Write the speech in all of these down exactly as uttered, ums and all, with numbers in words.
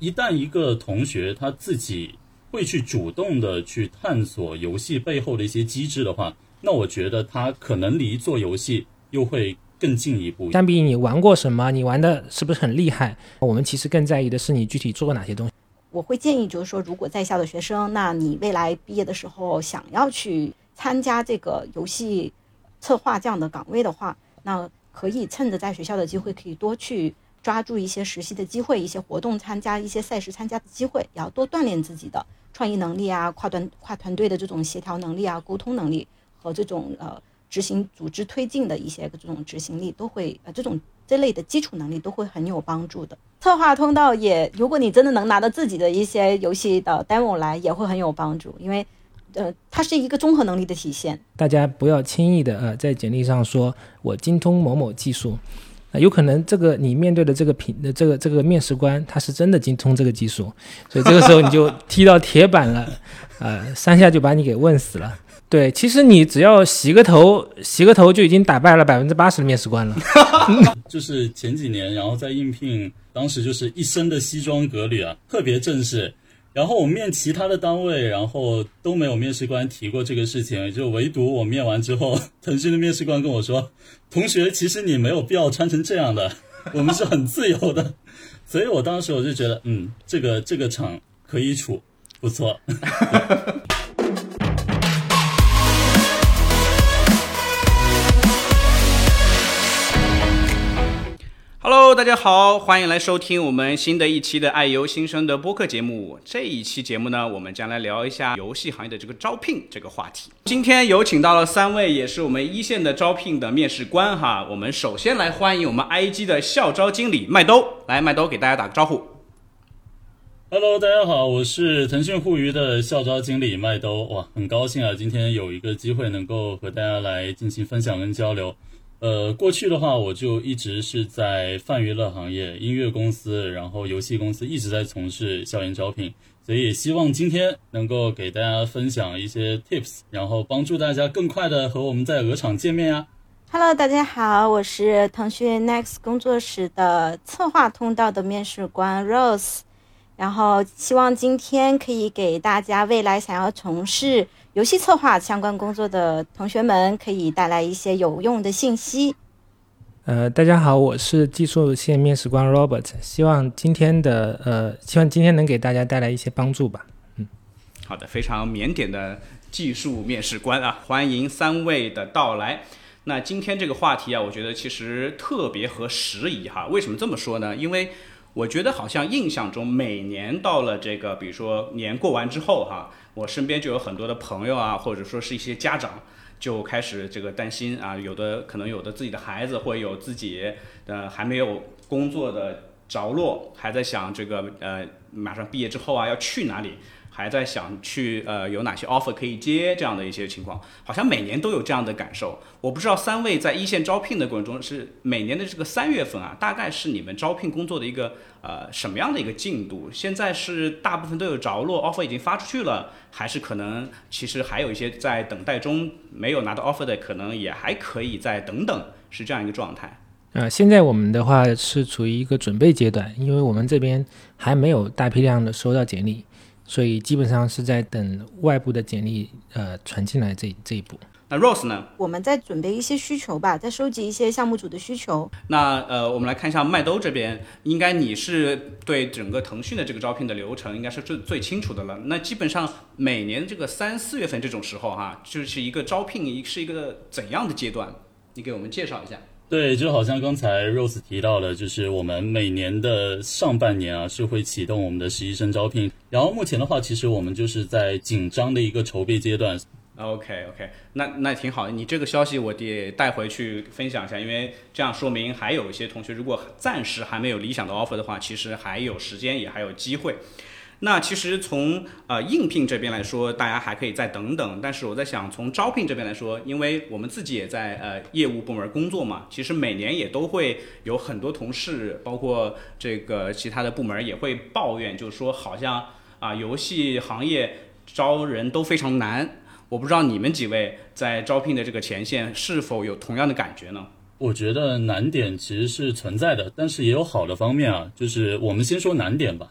一旦一个同学他自己会去主动的去探索游戏背后的一些机制的话，那我觉得他可能离做游戏又会更进一步。 相比你玩过什么，你玩的是不是很厉害，我们其实更在意的是你具体做过哪些东西。 我会建议就是说，如果在校的学生，那你未来毕业的时候想要去参加这个游戏策划这样的岗位的话，那可以趁着在学校的机会，可以多去抓住一些实习的机会，一些活动参加，一些赛事参加的机会，也要多锻炼自己的创意能力啊，跨团跨团队的这种协调能力啊，沟通能力和这种呃执行组织推进的一些这种执行力，都会呃这种这类的基础能力都会很有帮助的。策划通道也，如果你真的能拿到自己的一些游戏的 demo 来，也会很有帮助，因为呃，它是一个综合能力的体现。 大家不要轻易的呃在简历上说我精通某某技术，呃、有可能这个你面对的这个品的这个这个面试官他是真的精通这个技术，所以这个时候你就踢到铁板了，呃，三下就把你给问死了。对，其实你只要洗个头，洗个头就已经打败了百分之八十的面试官了。 就是前几年，然后在应聘，当时就是一身的西装革履啊，特别正式。然后我面其他的单位，然后都没有面试官提过这个事情，就唯独我面完之后，腾讯的面试官跟我说：“同学，其实你没有必要穿成这样的，我们是很自由的。”所以我当时我就觉得，嗯，这个这个场可以处，不错。 Hello， 大家好，欢迎来收听我们新的一期的爱游新生的播客节目。这一期节目呢，我们将来聊一下游戏行业的这个招聘这个话题。今天有请到了三位，也是我们一线的招聘的面试官哈。我们首先来欢迎我们 I G 的校招经理麦兜，来，麦兜给大家打个招呼。 Hello， 大家好，我是腾讯互娱的校招经理麦兜。哇，很高兴啊，今天有一个机会能够和大家来进行分享跟交流。呃，过去的话，我就一直是在泛娱乐行业、音乐公司，然后游戏公司一直在从事校园招聘，所以也希望今天能够给大家分享一些 tips， 然后帮助大家更快的和我们在鹅厂见面呀。 Hello， 大家好，我是腾讯 Next 工作室的策划通道的面试官 Rose， 然后希望今天可以给大家未来想要从事游戏策划相关工作的同学们可以带来一些有用的信息。 呃，大家好，我是技术线面试官 Robert， 希望今天的呃，希望今天能给大家带来一些帮助吧。嗯， 好的，非常腼腆的技术面试官啊，欢迎三位的到来。那今天这个话题啊，我觉得其实特别合时宜哈。为什么这么说呢？因为我觉得好像印象中每年到了这个，比如说年过完之后哈，我身边就有很多的朋友啊，或者说是一些家长就开始这个担心啊，有的可能有的自己的孩子会有自己呃还没有工作的着落，还在想这个呃马上毕业之后啊要去哪里，还在想去呃有哪些 offer 可以接，这样的一些情况，好像每年都有这样的感受。我不知道三位在一线招聘的过程中，是每年的这个三月份啊，大概是你们招聘工作的一个呃什么样的一个进度？现在是大部分都有着落 offer 已经发出去了，还是可能其实还有一些在等待中没有拿到 offer 的，可能也还可以再等等，是这样一个状态？ 呃，现在我们的话是处于一个准备阶段，因为我们这边还没有大批量的收到简历，所以基本上是在等外部的简历呃传进来这这一步。 那 Rose 呢？ 我们在准备一些需求吧，在收集一些项目组的需求。 那呃，我们来看一下麦兜这边，应该你是对整个腾讯的这个招聘的流程应该是最最清楚的了。那基本上每年这个三四月份这种时候哈，就是一个招聘是一个怎样的阶段？你给我们介绍一下。 对，就好像刚才 Rose 提到的，就是我们每年的上半年啊是会启动我们的实习生招聘，然后目前的话，其实我们就是在紧张的一个筹备阶段。 OK OK， 那那挺好，你这个消息我得带回去分享一下，因为这样说明还有一些同学如果暂时还没有理想的 offer 的话，其实还有时间，也还有机会。那其实从呃应聘这边来说，大家还可以再等等。但是我在想，从招聘这边来说，因为我们自己也在呃业务部门工作嘛，其实每年也都会有很多同事，包括这个其他的部门也会抱怨，就是说好像啊、呃、游戏行业招人都非常难。我不知道你们几位在招聘的这个前线是否有同样的感觉呢？ 我觉得难点其实是存在的，但是也有好的方面啊。就是我们先说难点吧。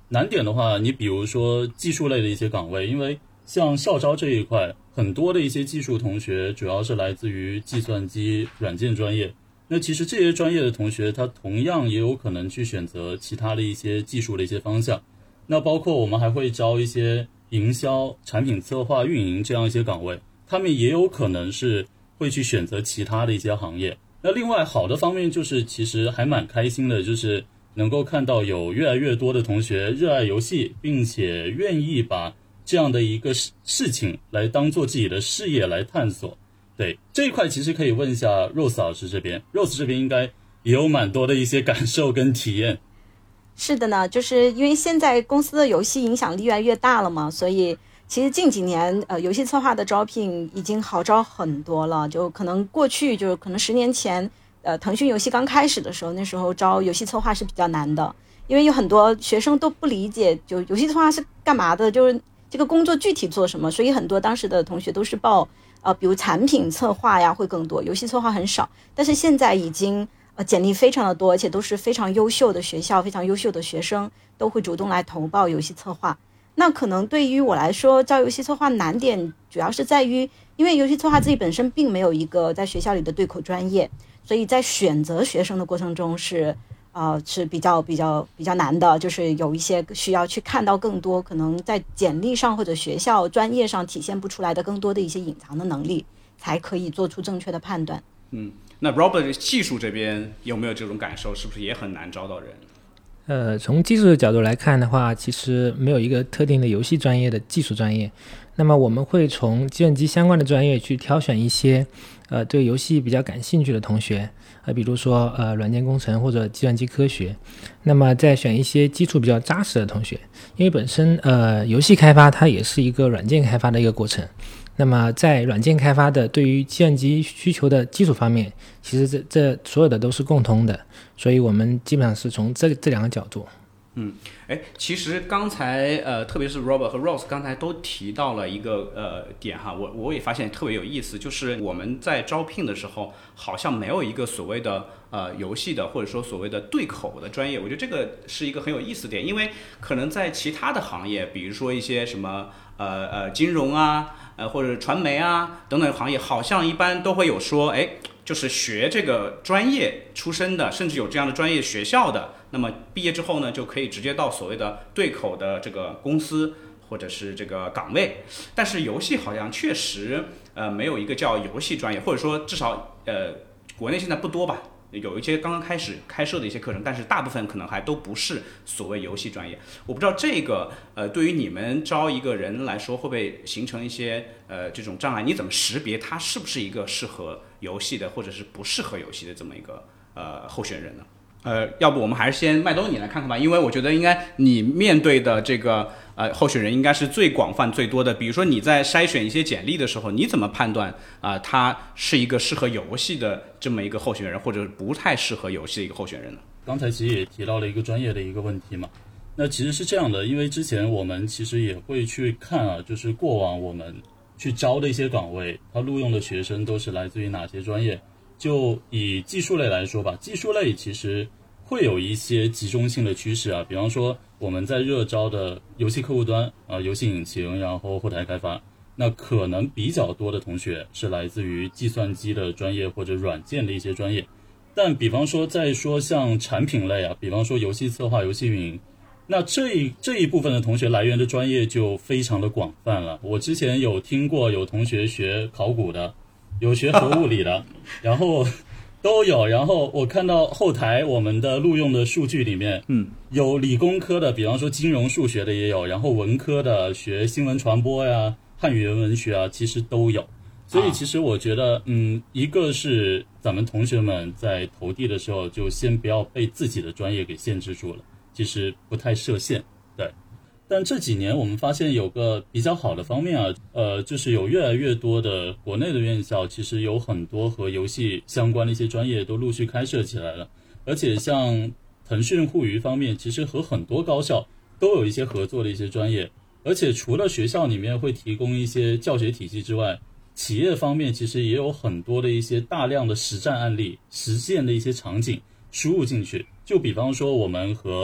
难点的话，你比如说技术类的一些岗位，因为像校招这一块，很多的一些技术同学主要是来自于计算机软件专业，那其实这些专业的同学他同样也有可能去选择其他的一些技术的一些方向，那包括我们还会招一些营销、产品策划、运营这样一些岗位，他们也有可能是会去选择其他的一些行业。那另外好的方面就是其实还蛮开心的，就是能够看到有越来越多的同学热爱游戏，并且愿意把这样的一个事情来当做自己的事业来探索。对，这一块其实可以问一下 Rose 老师这边 Rose 这边应该也有蛮多的一些感受跟体验。 是的呢，就是因为现在公司的游戏影响力越来越大了嘛，所以其实近几年呃游戏策划的招聘已经好招很多了，就可能过去就是可能十年前呃腾讯游戏刚开始的时候，那时候招游戏策划是比较难的，因为有很多学生都不理解就游戏策划是干嘛的，就是这个工作具体做什么，所以很多当时的同学都是报呃比如产品策划呀会更多，游戏策划很少。但是现在已经呃简历非常的多，而且都是非常优秀的学校，非常优秀的学生都会主动来投报游戏策划。那可能对于我来说招游戏策划难点主要是在于，因为游戏策划自己本身并没有一个在学校里的对口专业，所以在选择学生的过程中是呃是比较比较比较难的，就是有一些需要去看到更多可能在简历上或者学校专业上体现不出来的更多的一些隐藏的能力，才可以做出正确的判断。 嗯，那 Robert 技术这边有没有这种感受？是不是也很难招到人？ 呃，从技术的角度来看的话，其实没有一个特定的游戏专业的技术专业。那么我们会从计算机相关的专业去挑选一些呃对游戏比较感兴趣的同学，呃，比如说呃软件工程或者计算机科学。那么再选一些基础比较扎实的同学，因为本身呃游戏开发它也是一个软件开发的一个过程。那么在软件开发的对于计算机需求的基础方面，其实这这所有的都是共通的，所以我们基本上是从这这两个角度。 嗯，哎，其实刚才呃，特别是 Robert 和 Rose 刚才都提到了一个呃点哈，我我也发现特别有意思，就是我们在招聘的时候好像没有一个所谓的呃游戏的或者说所谓的对口的专业，我觉得这个是一个很有意思的点，因为可能在其他的行业，比如说一些什么呃呃金融啊。呃，或者传媒啊等等行业，好像一般都会有说，哎，就是学这个专业出身的，甚至有这样的专业学校的，那么毕业之后呢，就可以直接到所谓的对口的这个公司或者是这个岗位。但是游戏好像确实呃没有一个叫游戏专业，或者说至少呃国内现在不多吧。有一些刚刚开始开设的一些课程，但是大部分可能还都不是所谓游戏专业。我不知道这个呃，对于你们招一个人来说，会不会形成一些呃这种障碍？你怎么识别他是不是一个适合游戏的，或者是不适合游戏的这么一个呃候选人呢？呃，要不我们还是先麦兜你来看看吧，因为我觉得应该你面对的这个呃候选人应该是最广泛最多的。比如说你在筛选一些简历的时候，你怎么判断啊、呃、他是一个适合游戏的这么一个候选人，或者不太适合游戏的一个候选人呢？ 刚才其实也提到了一个专业的一个问题嘛，那其实是这样的，因为之前我们其实也会去看啊，就是过往我们去招的一些岗位，他录用的学生都是来自于哪些专业。就以技术类来说吧，技术类其实会有一些集中性的趋势啊，比方说我们在热招的游戏客户端啊、游戏引擎，然后后台开发，那可能比较多的同学是来自于计算机的专业或者软件的一些专业。但比方说再说像产品类啊，比方说游戏策划、游戏运营，那这一这一部分的同学来源的专业就非常的广泛了。我之前有听过有同学学考古的，有学核物理的，然后都有。然后我看到后台我们的录用的数据里面， 嗯， 有理工科的，比方说金融数学的也有，然后文科的学新闻传播呀、汉语言文学啊，其实都有。所以其实我觉得，嗯，一个是咱们同学们在投递的时候，就先不要被自己的专业给限制住了，其实不太设限，对。但这几年我们发现有个比较好的方面啊，呃，就是有越来越多的国内的院校，其实有很多和游戏相关的一些专业都陆续开设起来了。而且像腾讯互娱方面，其实和很多高校都有一些合作的一些专业。而且除了学校里面会提供一些教学体系之外，企业方面其实也有很多的一些大量的实战案例、实践的一些场景输入进去。就比方说我们和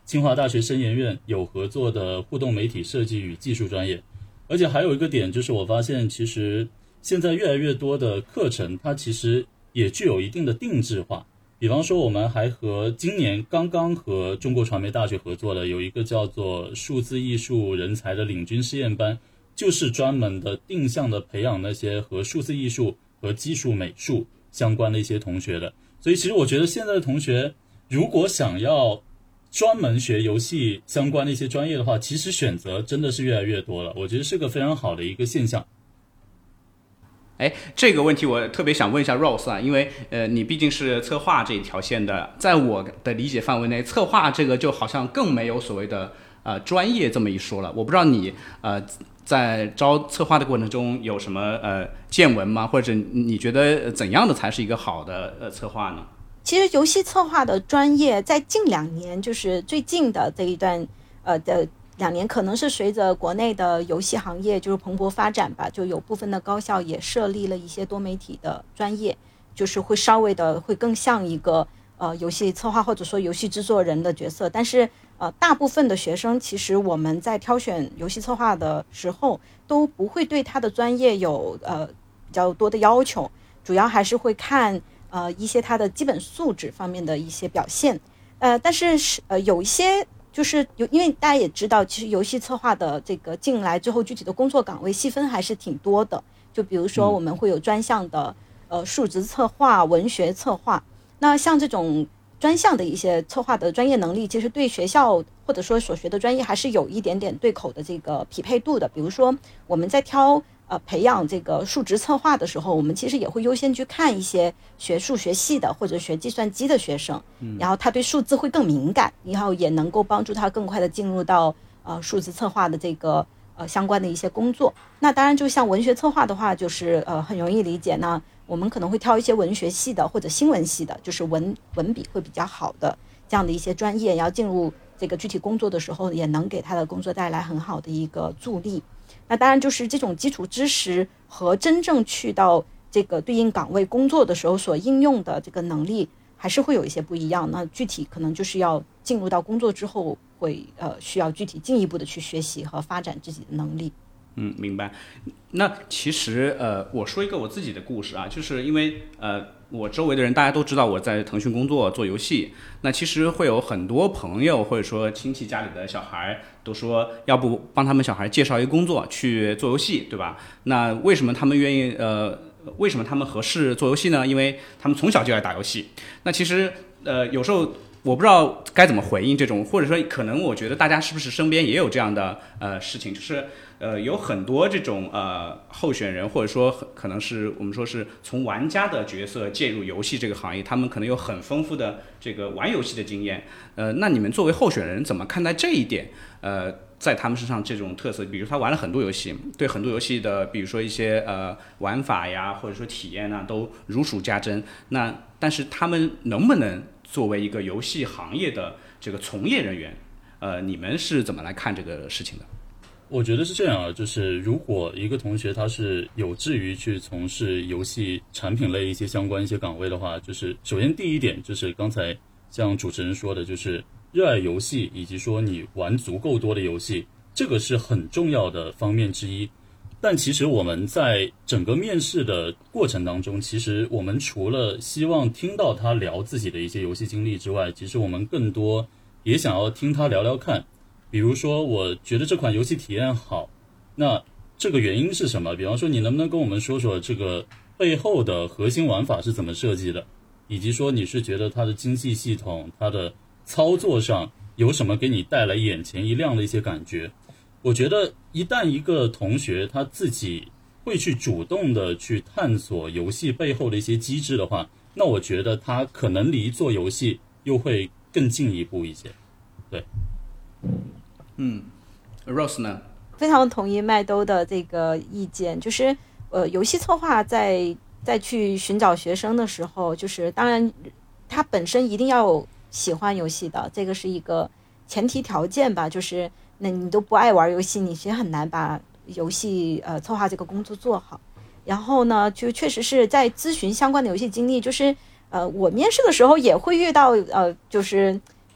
清华大学生研院有合作的互动媒体设计与技术专业。而且还有一个点就是我发现其实现在越来越多的课程它其实也具有一定的定制化，比方说我们还和今年刚刚和中国传媒大学合作的有一个叫做数字艺术人才的领军试验班，就是专门的定向的培养那些和数字艺术和技术美术相关的一些同学的。所以其实我觉得现在的同学如果想要专门学游戏相关的一些专业的话，其实选择真的是越来越多了，我觉得是个非常好的一个现象。 哎，这个问题我特别想问一下 Rose 啊，因为呃，你毕竟是策划这一条线的，在我的理解范围内，策划这个就好像更没有所谓的呃专业这么一说了。我不知道你呃在招策划的过程中有什么呃见闻吗？或者你觉得怎样的才是一个好的呃策划呢？ 其实游戏策划的专业在近两年，就是最近的这一段呃的两年，可能是随着国内的游戏行业就是蓬勃发展吧，就有部分的高校也设立了一些多媒体的专业，就是会稍微的会更像一个呃游戏策划或者说游戏制作人的角色。但是呃大部分的学生其实我们在挑选游戏策划的时候都不会对他的专业有呃比较多的要求，主要还是会看呃一些他的基本素质方面的一些表现。呃但是呃有一些就是有，因为大家也知道，其实游戏策划的这个进来之后，具体的工作岗位细分还是挺多的。就比如说，我们会有专项的呃数值策划、文学策划。那像这种专项的一些策划的专业能力，其实对学校或者说所学的专业还是有一点点对口的这个匹配度的。比如说，我们在挑呃培养这个数值策划的时候，我们其实也会优先去看一些学数学系的或者学计算机的学生，然后他对数字会更敏感，然后也能够帮助他更快的进入到呃数字策划的这个呃相关的一些工作。那当然就像文学策划的话，就是呃很容易理解，那我们可能会挑一些文学系的或者新闻系的，就是文文笔会比较好的这样的一些专业，要进入这个具体工作的时候，也能给他的工作带来很好的一个助力。那当然就是这种基础知识和真正去到这个对应岗位工作的时候所应用的这个能力还是会有一些不一样。那具体可能就是要进入到工作之后会呃需要具体进一步的去学习和发展自己的能力。 嗯，明白。那其实呃，我说一个我自己的故事啊，就是因为呃，我周围的人大家都知道我在腾讯工作做游戏，那其实会有很多朋友或者说亲戚家里的小孩都说，要不帮他们小孩介绍一个工作去做游戏，对吧？那为什么他们愿意呃，为什么他们合适做游戏呢？因为他们从小就爱打游戏。那其实呃，有时候我不知道该怎么回应这种，或者说可能我觉得大家是不是身边也有这样的呃事情，就是呃有很多这种呃候选人，或者说可能是我们说是从玩家的角色介入游戏这个行业，他们可能有很丰富的这个玩游戏的经验。呃，那你们作为候选人怎么看待这一点？呃，在他们身上这种特色，比如他玩了很多游戏，对很多游戏的，比如说一些呃玩法呀，或者说体验啊，都如数家珍。那但是他们能不能作为一个游戏行业的这个从业人员，呃，你们是怎么来看这个事情的？ 我觉得是这样啊，就是如果一个同学他是有志于去从事游戏产品类一些相关一些岗位的话，就是首先第一点就是刚才像主持人说的，就是热爱游戏以及说你玩足够多的游戏，这个是很重要的方面之一。但其实我们在整个面试的过程当中，其实我们除了希望听到他聊自己的一些游戏经历之外，其实我们更多也想要听他聊聊看，比如说我觉得这款游戏体验好，那这个原因是什么？比方说你能不能跟我们说说这个背后的核心玩法是怎么设计的，以及说你是觉得它的经济系统它的操作上有什么给你带来眼前一亮的一些感觉。我觉得一旦一个同学他自己会去主动的去探索游戏背后的一些机制的话，那我觉得他可能离做游戏又会更进一步一些。对， 嗯 ，Rose 呢？ 非常同意麦兜的这个意见，就是呃，游戏策划在在去寻找学生的时候，就是当然他本身一定要喜欢游戏的，这个是一个前提条件吧，就是那你都不爱玩游戏，你其实很难把游戏呃策划这个工作做好。然后呢，就确实是在咨询相关的游戏经历，就是呃，我面试的时候也会遇到呃，就是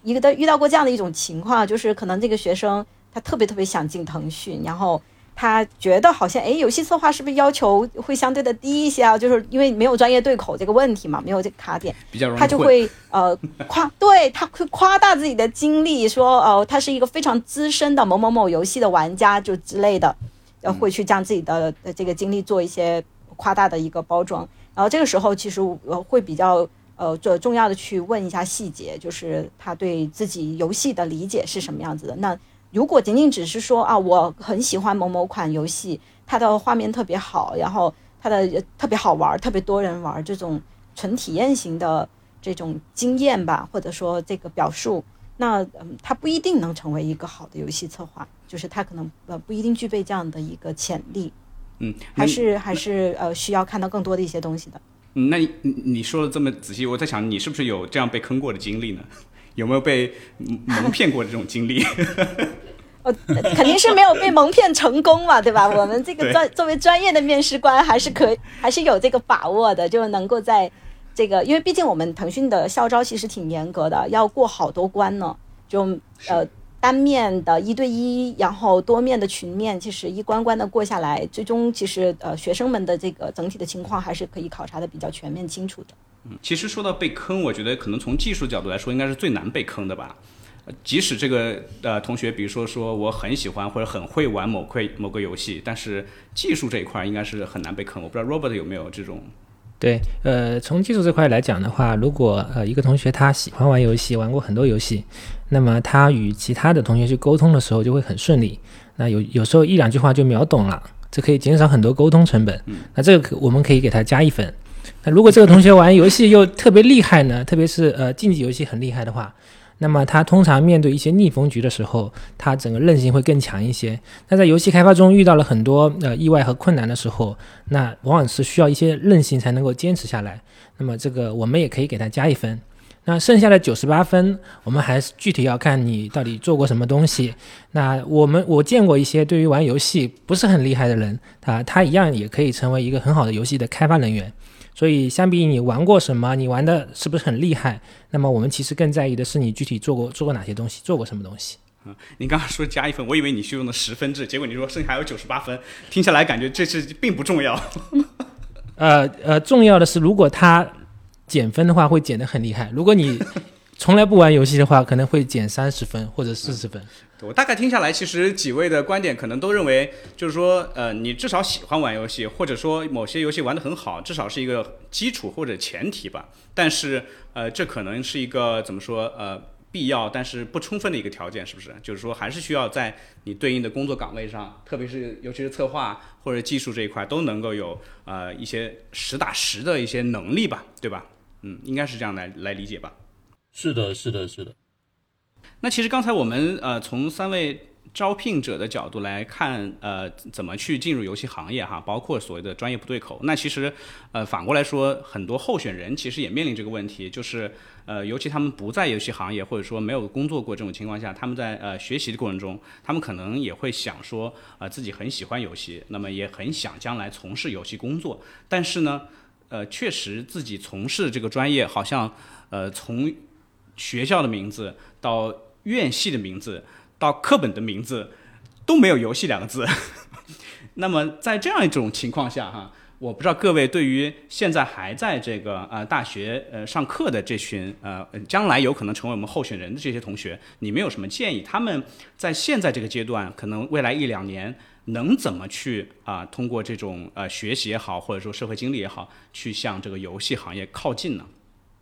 一个遇到过这样的一种情况，就是可能这个学生他特别特别想进腾讯，然后他觉得好像哎，游戏策划是不是要求会相对的低一些啊？就是因为没有专业对口这个问题嘛，没有这个卡点， 比较容易他就会呃夸，对，他会夸大自己的经历，说哦、呃，他是一个非常资深的某某某游戏的玩家，就之类的，呃，会去将自己的这个经历做一些夸大的一个包装。然后这个时候其实呃会比较呃重重要的去问一下细节，就是他对自己游戏的理解是什么样子的。那如果仅仅只是说啊，我很喜欢某某款游戏，它的画面特别好，然后它的特别好玩，特别多人玩，这种纯体验型的这种经验吧，或者说这个表述，那嗯，它不一定能成为一个好的游戏策划，就是它可能呃不一定具备这样的一个潜力。 嗯， 还是还是呃需要看到更多的一些东西的。 嗯，那你你说的这么仔细，我在想你是不是有这样被坑过的经历呢？有没有被蒙骗过的这种经历？ 呃，肯定是没有被蒙骗成功嘛，对吧？我们这个专作为专业的面试官，还是可以还是有这个把握的，就能够在这个，因为毕竟我们腾讯的校招其实挺严格的，要过好多关呢，就呃。单面的一对一，然后多面的群面，其实一关关的过下来，最终其实呃学生们的这个整体的情况还是可以考察的比较全面清楚的。 嗯，其实说到被坑，我觉得可能从技术角度来说，应该是最难被坑的吧。即使这个呃同学，比如说说我很喜欢或者很会玩某块某个游戏，但是技术这一块应该是很难被坑。我不知道 Robert 有没有这种。 对，呃，从技术这块来讲的话，如果呃一个同学他喜欢玩游戏，玩过很多游戏，那么他与其他的同学去沟通的时候就会很顺利。那有有时候一两句话就秒懂了，这可以减少很多沟通成本。那这个我们可以给他加一分。那如果这个同学玩游戏又特别厉害呢，特别是呃竞技游戏很厉害的话，那么他通常面对一些逆风局的时候，他整个韧性会更强一些。那在游戏开发中遇到了很多呃意外和困难的时候，那往往是需要一些韧性才能够坚持下来。那么这个我们也可以给他加一分。那剩下的九十八分，我们还是具体要看你到底做过什么东西。那我们我见过一些对于玩游戏不是很厉害的人，他他一样也可以成为一个很好的游戏的开发人员。所以相比你玩过什么，你玩的是不是很厉害，那么我们其实更在意的是你具体做过做过哪些东西，做过什么东西。 嗯，你刚刚说加一分，我以为你是用的十分制，结果你说剩下还有九十八分，听下来感觉这是并不重要。 呃呃，重要的是如果他减分的话会减得很厉害，如果你从来不玩游戏的话，可能会减三十分或者四十分。 嗯，我大概听下来，其实几位的观点可能都认为，就是说，呃，你至少喜欢玩游戏，或者说某些游戏玩得很好，至少是一个基础或者前提吧。但是，呃，这可能是一个怎么说，呃，必要但是不充分的一个条件，是不是？就是说，还是需要在你对应的工作岗位上，特别是尤其是策划或者技术这一块，都能够有呃一些实打实的一些能力吧，对吧？嗯，应该是这样来来理解吧。 是的，是的，是的。 那其实刚才我们呃从三位招聘者的角度来看，呃怎么去进入游戏行业哈，包括所谓的专业不对口。那其实呃反过来说，很多候选人其实也面临这个问题，就是呃尤其他们不在游戏行业或者说没有工作过这种情况下，他们在呃学习的过程中，他们可能也会想说呃自己很喜欢游戏，那么也很想将来从事游戏工作，但是呢呃确实自己从事这个专业好像呃从学校的名字到院系的名字到课本的名字都没有游戏两个字。那么在这样一种情况下哈，我不知道各位对于现在还在这个呃大学呃上课的这群呃将来有可能成为我们候选人的这些同学，你们有什么建议？他们在现在这个阶段，可能未来一两年能怎么去啊、呃、通过这种呃学习也好，或者说社会经历也好，去向这个游戏行业靠近呢？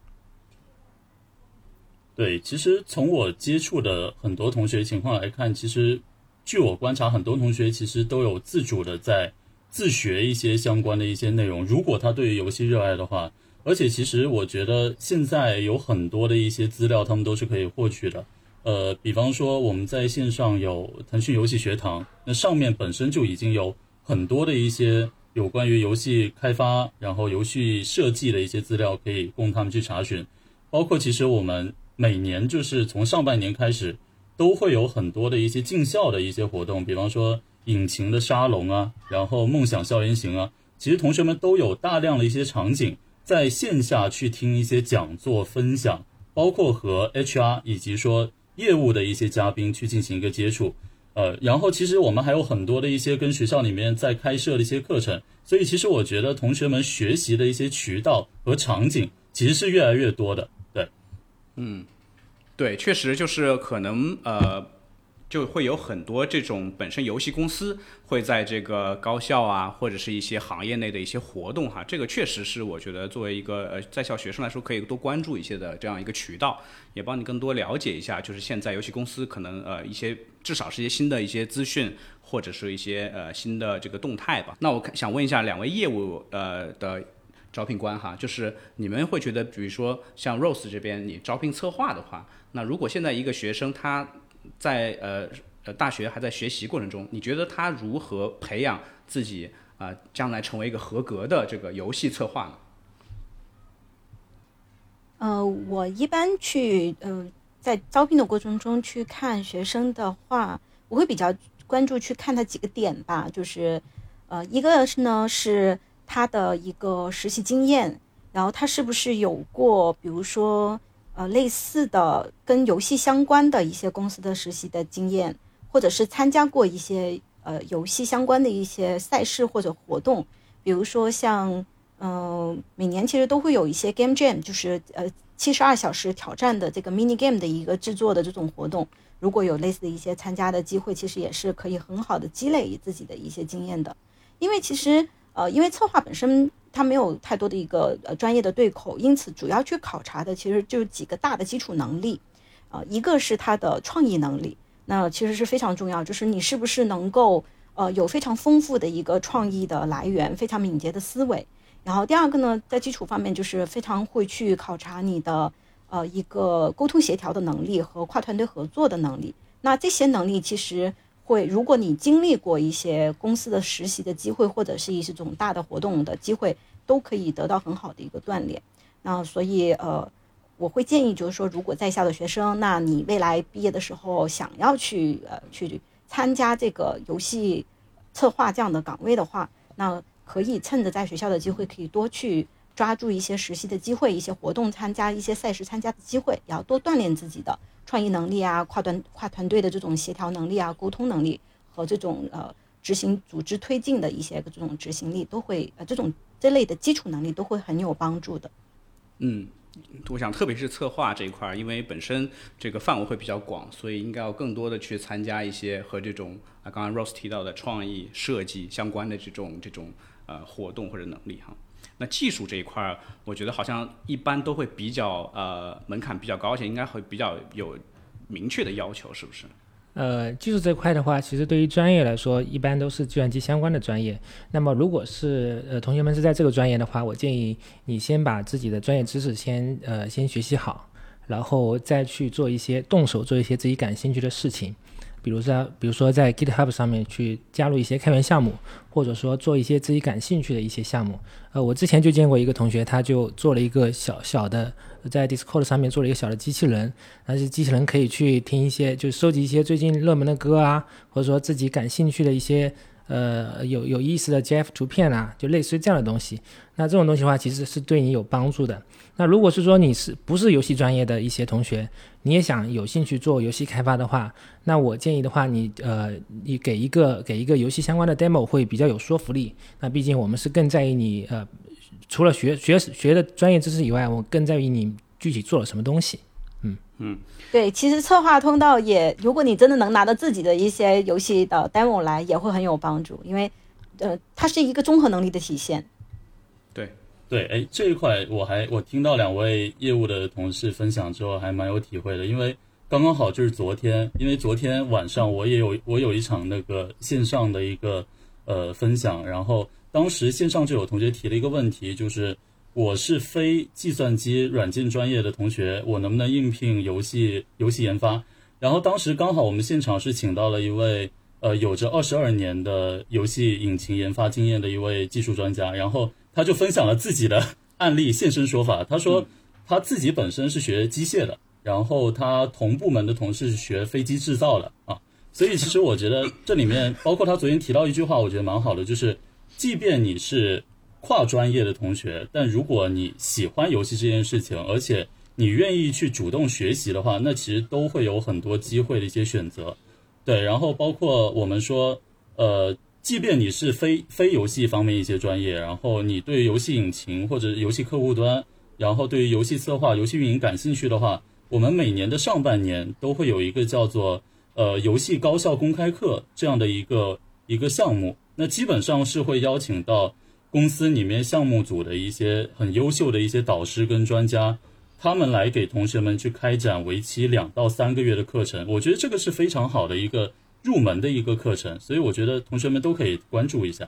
对，其实从我接触的很多同学情况来看，其实据我观察，很多同学其实都有自主的在自学一些相关的一些内容，如果他对于游戏热爱的话。而且其实我觉得现在有很多的一些资料他们都是可以获取的，呃，比方说我们在线上有腾讯游戏学堂，那上面本身就已经有很多的一些有关于游戏开发然后游戏设计的一些资料可以供他们去查询。包括其实我们每年就是从上半年开始都会有很多的一些进校的一些活动，比方说引擎的沙龙啊，然后梦想校园行啊，其实同学们都有大量的一些场景在线下去听一些讲座分享， 包括和 H R 以及说业务的一些嘉宾去进行一个接触。呃，然后其实我们还有很多的一些跟学校里面在开设的一些课程，所以其实我觉得同学们学习的一些渠道和场景其实是越来越多的。对， 嗯，对，确实就是可能呃，就会有很多这种本身游戏公司会在这个高校啊，或者是一些行业内的一些活动哈，这个确实是我觉得作为一个呃在校学生来说，可以多关注一些的这样一个渠道，也帮你更多了解一下，就是现在游戏公司可能呃一些至少是一些新的一些资讯，或者是一些呃新的这个动态吧。那我想问一下两位业务呃的招聘官哈，就是你们会觉得，比如说像 Rose 这边你招聘策划的话，那如果现在一个学生他在呃呃大学还在学习过程中，你觉得他如何培养自己啊、呃、将来成为一个合格的这个游戏策划呢？ 呃，我一般去呃在招聘的过程中去看学生的话，我会比较关注去看他几个点吧，就是呃一个是呢是他的一个实习经验，然后他是不是有过比如说呃类似的跟游戏相关的一些公司的实习的经验，或者是参加过一些呃游戏相关的一些赛事或者活动，比如说像嗯、呃，每年其实都会有一些 Game Jam， 就是呃七十二小时挑战的这个 mini game 的一个制作的这种活动，如果有类似的一些参加的机会，其实也是可以很好的积累自己的一些经验的。因为其实呃，因为策划本身它没有太多的一个呃专业的对口，因此主要去考察的其实就几个大的基础能力，呃，一个是他的创意能力，那其实是非常重要，就是你是不是能够呃有非常丰富的一个创意的来源，非常敏捷的思维。然后第二个呢，在基础方面就是非常会去考察你的呃一个沟通协调的能力和跨团队合作的能力。那这些能力其实会，如果你经历过一些公司的实习的机会，或者是一些这种大的活动的机会，都可以得到很好的一个锻炼。那所以呃，我会建议就是说，如果在校的学生，那你未来毕业的时候想要去呃去参加这个游戏策划这样的岗位的话，那可以趁着在学校的机会，可以多去抓住一些实习的机会，一些活动参加，一些赛事参加的机会，也要多锻炼自己的创意能力啊，跨团跨团队的这种协调能力啊，沟通能力和这种呃执行组织推进的一些这种执行力，都会呃这种这类的基础能力都会很有帮助的。 嗯。我想特别是策划这一块，因为本身这个范围会比较广，所以应该要更多的去参加一些和这种啊刚刚 Rose 提到的创意设计相关的这种这种呃活动或者能力哈。那技术这一块，我觉得好像一般都会比较呃门槛比较高，而且应该会比较有明确的要求，是不是？ 呃，技术这块的话，其实对于专业来说，一般都是计算机相关的专业。那么，如果是呃同学们是在这个专业的话，我建议你先把自己的专业知识先呃先学习好，然后再去做一些动手做一些自己感兴趣的事情。比如说，比如说在 GitHub 上面去加入一些开源项目，或者说做一些自己感兴趣的一些项目。呃，我之前就见过一个同学，他就做了一个小小的，在 Discord 上面做了一个小的机器人，那这机器人可以去听一些，就收集一些最近热门的歌啊，或者说自己感兴趣的一些呃有有意思的 G I F 图片啊，就类似于这样的东西。那这种东西的话，其实是对你有帮助的。那如果是说你是不是游戏专业的一些同学，你也想有兴趣做游戏开发的话，那我建议的话，你呃你给一个给一个游戏相关的 demo 会比较有说服力。那毕竟我们是更在意你呃除了学学学的专业知识以外，我更在意你具体做了什么东西。嗯嗯， 对，其实策划通道也，如果你真的能拿到自己的一些游戏的 demo 来，也会很有帮助，因为呃它是一个综合能力的体现。 对。 对，哎，这一块我还我听到两位业务的同事分享之后，还蛮有体会的。因为刚刚好就是昨天，因为昨天晚上我也有我有一场那个线上的一个呃分享，然后当时线上就有同学提了一个问题，就是我是非计算机软件专业的同学，我能不能应聘游戏游戏研发？然后当时刚好我们现场是请到了一位呃有着二十二年的游戏引擎研发经验的一位技术专家，然后他就分享了自己的案例现身说法。他说他自己本身是学机械的，然后他同部门的同事是学飞机制造的啊。所以其实我觉得这里面包括他昨天提到一句话，我觉得蛮好的，就是即便你是跨专业的同学，但如果你喜欢游戏这件事情，而且你愿意去主动学习的话，那其实都会有很多机会的一些选择。对，然后包括我们说，呃，即便你是非非游戏方面一些专业，然后你对游戏引擎或者游戏客户端，然后对于游戏策划、游戏运营感兴趣的话，我们每年的上半年都会有一个叫做呃游戏高校公开课这样的一个一个项目。那基本上是会邀请到公司里面项目组的一些很优秀的一些导师跟专家，他们来给同学们去开展为期两到三个月的课程。我觉得这个是非常好的一个入门的一个课程，所以我觉得同学们都可以关注一下。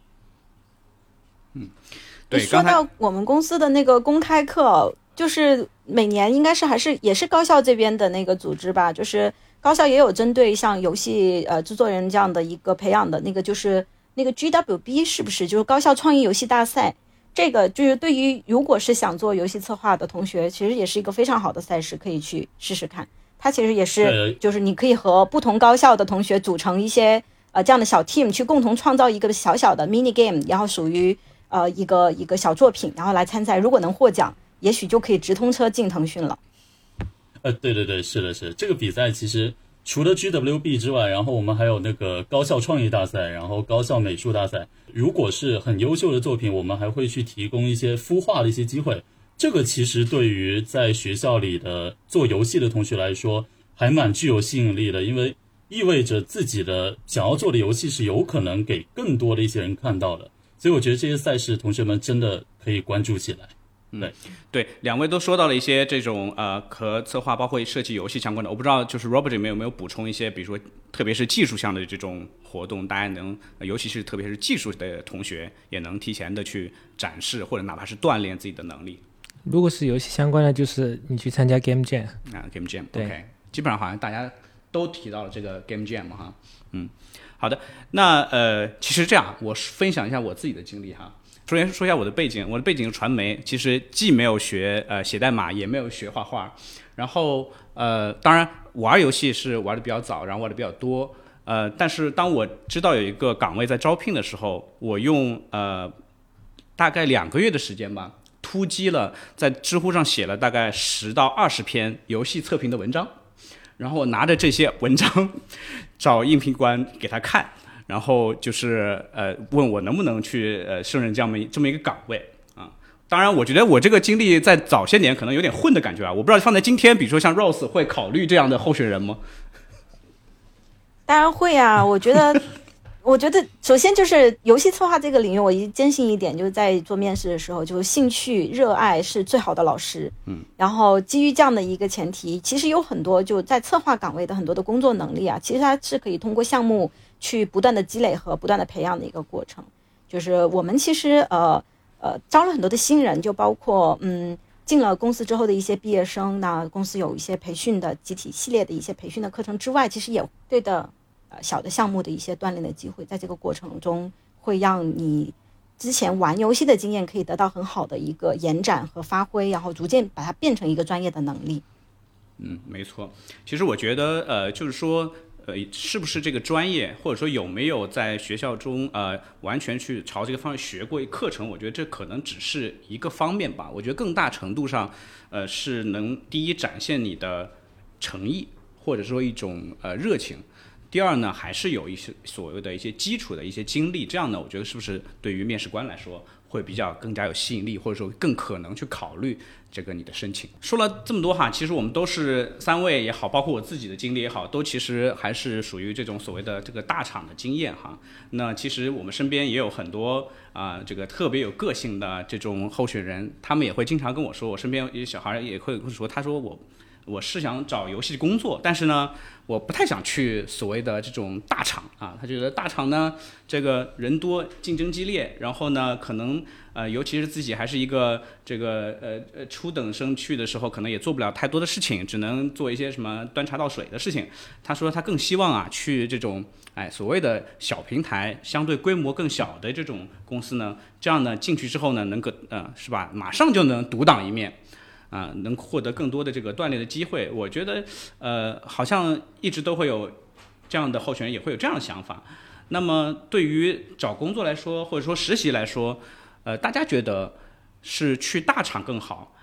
嗯，对， 说到我们公司的那个公开课，就是每年应该是还是也是高校这边的那个组织吧，就是高校也有针对像游戏呃制作人这样的一个培养的那个，就是那个 G W B 是不是就是高校创意游戏大赛？这个就是对于如果是想做游戏策划的同学，其实也是一个非常好的赛事，可以去试试看。它其实也是就是你可以和不同高校的同学组成一些呃这样的小 team， 去共同创造一个小小的 mini game， 然后属于呃一个一个小作品，然后来参赛。如果能获奖，也许就可以直通车进腾讯了。 呃，对对对，是的，是的，这个比赛其实除了 G W B 之外，然后我们还有那个高校创意大赛，然后高校美术大赛。如果是很优秀的作品，我们还会去提供一些孵化的一些机会。这个其实对于在学校里的做游戏的同学来说，还蛮具有吸引力的，因为意味着自己的想要做的游戏是有可能给更多的一些人看到的。所以我觉得这些赛事，同学们真的可以关注起来。对、嗯、 对，两位都说到了一些这种呃和策划包括设计游戏相关的，我不知道就是 Robert 里面有没有补充一些，比如说特别是技术项的这种活动，大家能尤其是特别是技术的同学也能提前的去展示或者哪怕是锻炼自己的能力。 如果是游戏相关的，就是你去参加 Game Jam 啊 Game Jam OK， 基本上好像大家都提到了这个 Game Jam 哈。嗯，好的，那呃其实这样我分享一下我自己的经历哈。首先说一下我的背景，我的背景是传媒，其实既没有学呃写代码，也没有学画画。然后呃，当然玩游戏是玩的比较早，然后玩的比较多。呃，但是当我知道有一个岗位在招聘的时候，我用呃大概两个月的时间吧，突击了在知乎上写了大概十到二十篇游戏测评的文章，然后拿着这些文章找应聘官给他看。然后就是呃问我能不能去呃胜任这样这么一个岗位啊。当然我觉得我这个经历在早些年可能有点混的感觉啊，我不知道放在今天比如说像 Rose 会考虑这样的候选人吗？ 当然会啊，我觉得我觉得首先就是游戏策划这个领域，我一坚信一点，就是在做面试的时候，就是兴趣热爱是最好的老师。嗯，然后基于这样的一个前提，其实有很多就在策划岗位的很多的工作能力啊，其实它是可以通过项目去不断的积累和不断的培养的一个过程。就是我们其实呃呃招了很多的新人，就包括嗯进了公司之后的一些毕业生，那公司有一些培训的集体系列的一些培训的课程之外，其实也对的呃小的项目的一些锻炼的机会，在这个过程中会让你之前玩游戏的经验可以得到很好的一个延展和发挥，然后逐渐把它变成一个专业的能力。 嗯，没错。其实我觉得呃就是说呃，是不是这个专业，或者说有没有在学校中呃完全去朝这个方向学过课程？我觉得这可能只是一个方面吧。我觉得更大程度上，呃，是能第一展现你的诚意，或者说一种呃热情。第二呢，还是有一些所谓的一些基础的一些经历。这样呢，我觉得是不是对于面试官来说会比较更加有吸引力，或者说更可能去考虑这个你的申请。说了这么多哈，其实我们都是三位也好，包括我自己的经历也好，都其实还是属于这种所谓的这个大厂的经验哈。那其实我们身边也有很多啊、呃，这个特别有个性的这种候选人，他们也会经常跟我说，我身边有小孩也会说，他说我我是想找游戏工作，但是呢，我不太想去所谓的这种大厂啊。他觉得大厂呢，这个人多，竞争激烈，然后呢，可能呃，尤其是自己还是一个这个呃呃初等生去的时候，可能也做不了太多的事情，只能做一些什么端茶倒水的事情。他说他更希望啊，去这种哎所谓的小平台，相对规模更小的这种公司呢，这样呢进去之后呢，能够呃是吧，马上就能独当一面。啊，能获得更多的这个锻炼的机会，我觉得，呃，好像一直都会有这样的候选人，也会有这样的想法。那么，对于找工作来说，或者说实习来说，呃，大家觉得是去大厂更好，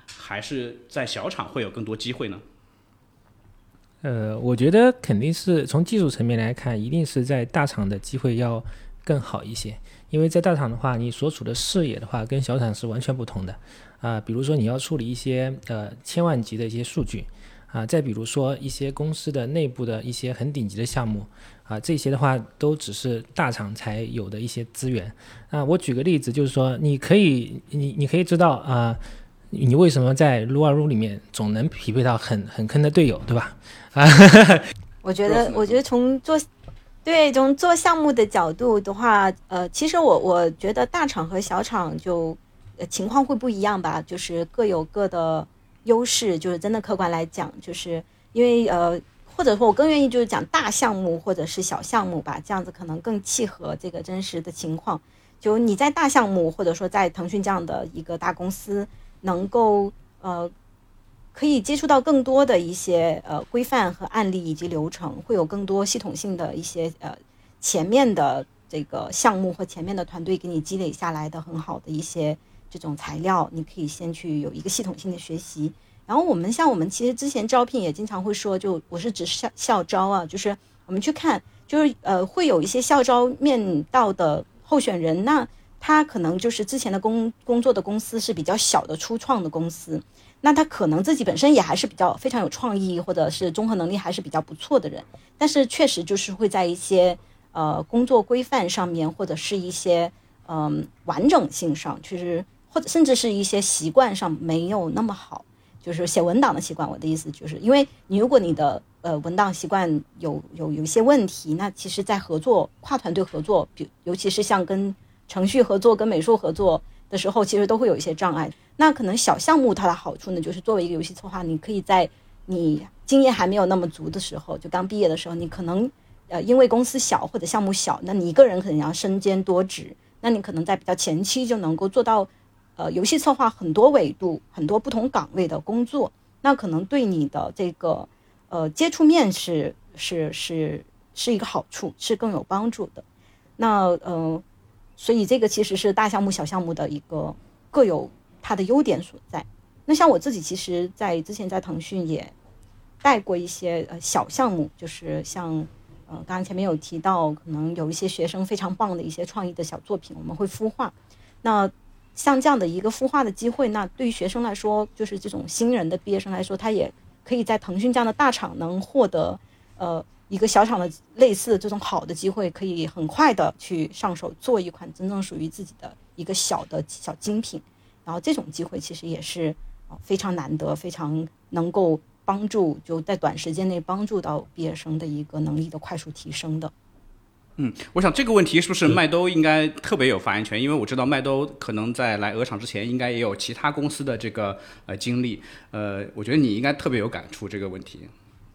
还是在小厂会有更多机会呢？ 呃，我觉得肯定是从技术层面来看，一定是在大厂的机会要更好一些，因为在大厂的话，你所处的视野的话，跟小厂是完全不同的啊、呃。比如说你要处理一些呃千万级的一些数据啊、呃，再比如说一些公司的内部的一些很顶级的项目啊、呃，这些的话都只是大厂才有的一些资源啊、呃。我举个例子，就是说你可以你你可以知道啊。呃你为什么在撸啊撸里面总能匹配到很很坑的队友，对吧？啊， 我觉得，我觉得从做对从做项目的角度的话，呃，其实我我觉得大厂和小厂就、呃、情况会不一样吧，就是各有各的优势，就是真的客观来讲，就是因为呃，或者说我更愿意就是讲大项目或者是小项目吧，这样子可能更契合这个真实的情况。就你在大项目或者说在腾讯这样的一个大公司，能够呃可以接触到更多的一些呃规范和案例以及流程，会有更多系统性的一些呃前面的这个项目和前面的团队给你积累下来的很好的一些这种材料，你可以先去有一个系统性的学习。然后我们像我们其实之前招聘也经常会说，就我是指校校招啊，就是我们去看，就是呃会有一些校招面到的候选人，那他可能就是之前的工工作的公司是比较小的初创的公司，那他可能自己本身也还是比较非常有创意，或者是综合能力还是比较不错的人，但是确实就是会在一些呃工作规范上面，或者是一些嗯、呃、完整性上，就是或者甚至是一些习惯上没有那么好，就是写文档的习惯。我的意思就是因为你如果你的呃文档习惯有有有一些问题，那其实在合作跨团队合作，比尤其是像跟程序合作跟美术合作的时候，其实都会有一些障碍。那可能小项目它的好处呢，就是作为一个游戏策划，你可以在你经验还没有那么足的时候，就刚毕业的时候，你可能呃因为公司小或者项目小，那你一个人可能要身兼多职，那你可能在比较前期就能够做到呃游戏策划很多维度很多不同岗位的工作，那可能对你的这个呃接触面是是是是一个好处，是更有帮助的。那呃所以这个其实是大项目小项目的一个各有它的优点所在。那像我自己其实在之前在腾讯也带过一些呃小项目，就是像呃刚刚前面有提到，可能有一些学生非常棒的一些创意的小作品，我们会孵化。那像这样的一个孵化的机会，那对于学生来说，就是这种新人的毕业生来说，他也可以在腾讯这样的大厂能获得呃一个小厂的类似的这种好的机会，可以很快的去上手做一款真正属于自己的一个小的小精品。然后这种机会其实也是非常难得，非常能够帮助就在短时间内帮助到毕业生的一个能力的快速提升的。 嗯，我想这个问题是不是麦兜应该特别有发言权？因为我知道麦兜可能在来鹅厂之前，应该也有其他公司的这个呃经历，呃，我觉得你应该特别有感触这个问题。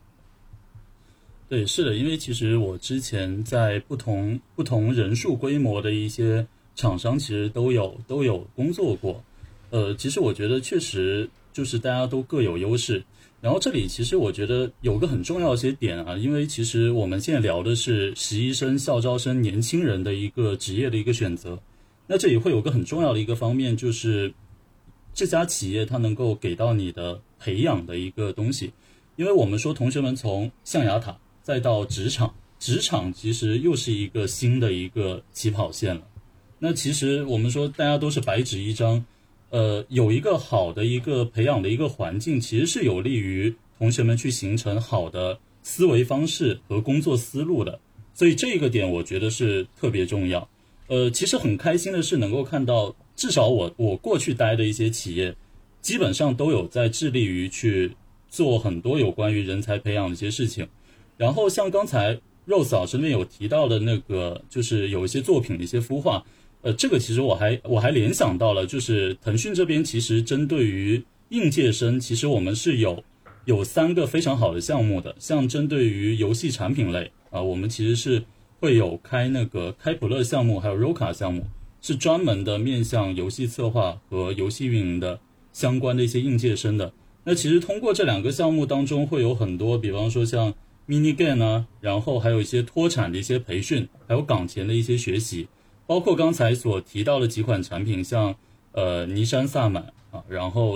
对，是的，因为其实我之前在不同不同人数规模的一些厂商，其实都有都有工作过。呃，其实我觉得确实就是大家都各有优势。然后这里其实我觉得有个很重要的一些点啊，因为其实我们现在聊的是实习生、校招生、年轻人的一个职业的一个选择。那这里会有个很重要的一个方面，就是这家企业它能够给到你的培养的一个东西。因为我们说同学们从象牙塔再到职场，职场其实又是一个新的一个起跑线了。那其实我们说大家都是白纸一张，呃，有一个好的一个培养的一个环境，其实是有利于同学们去形成好的思维方式和工作思路的。所以这个点我觉得是特别重要。呃，其实很开心的是能够看到，至少我我过去待的一些企业，基本上都有在致力于去做很多有关于人才培养的一些事情。然后像刚才 Rose 老师那边有提到的那个，就是有一些作品的一些孵化，呃，这个其实我还我还联想到了，就是腾讯这边其实针对于应届生，其实我们是有有三个非常好的项目的。像针对于游戏产品类啊、呃，我们其实是会有开那个开普勒项目，还有 Roca 项目，是专门的面向游戏策划和游戏运营的相关的一些应届生的。那其实通过这两个项目当中会有很多，比方说像 mini game 啊，然后还有一些脱产的一些培训，还有岗前的一些学习，包括刚才所提到的几款产品，像呃尼山萨满啊，然后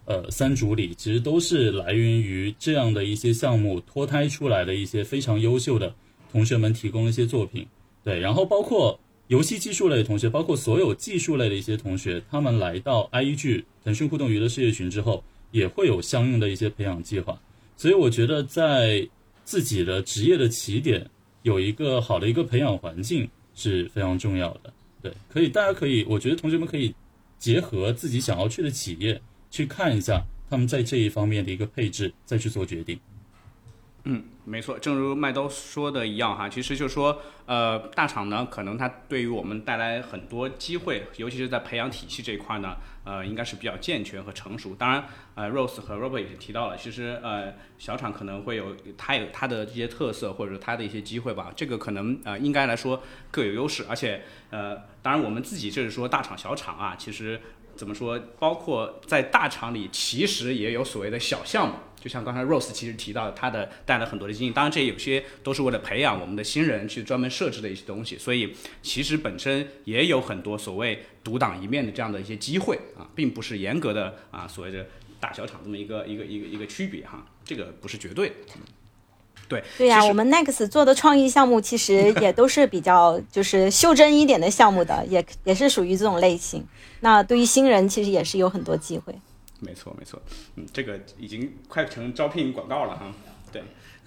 呃三主理，其实都是来源于这样的一些项目脱胎出来的一些非常优秀的同学们提供了一些作品。对，然后包括游戏技术类的同学，包括所有技术类的一些同学，他们来到 I E G 腾讯互动娱乐事业群之后，也会有相应的一些培养计划。所以我觉得在自己的职业的起点有一个好的一个培养环境是非常重要的。对，可以，大家可以，我觉得同学们可以结合自己想要去的企业去看一下他们在这一方面的一个配置，再去做决定。 嗯，没错，正如麦兜说的一样哈，其实就是说，呃，大厂呢，可能它对于我们带来很多机会，尤其是在培养体系这一块呢，呃，应该是比较健全和成熟。当然，呃 ，Rose 和 Robert 也提到了，其实呃，小厂可能会有它有它的这些特色，或者它的一些机会吧。这个可能呃，应该来说各有优势，而且呃，当然我们自己就是说大厂小厂啊，其实怎么说，包括在大厂里，其实也有所谓的小项目。就像刚才 Rose 其实提到他的带来很多的经验，当然这有些都是为了培养我们的新人去专门设置的一些东西，所以其实本身也有很多所谓独当一面的这样的一些机会啊，并不是严格的啊所谓的大小厂这么一个一个一个一个区别哈，这个不是绝对的。对对呀、啊，我们 Next 做的创意项目其实也都是比较就是袖珍一点的项目的，也也是属于这种类型。那对于新人其实也是有很多机会。 没错，没错，嗯，这个已经快成招聘广告了哈。对，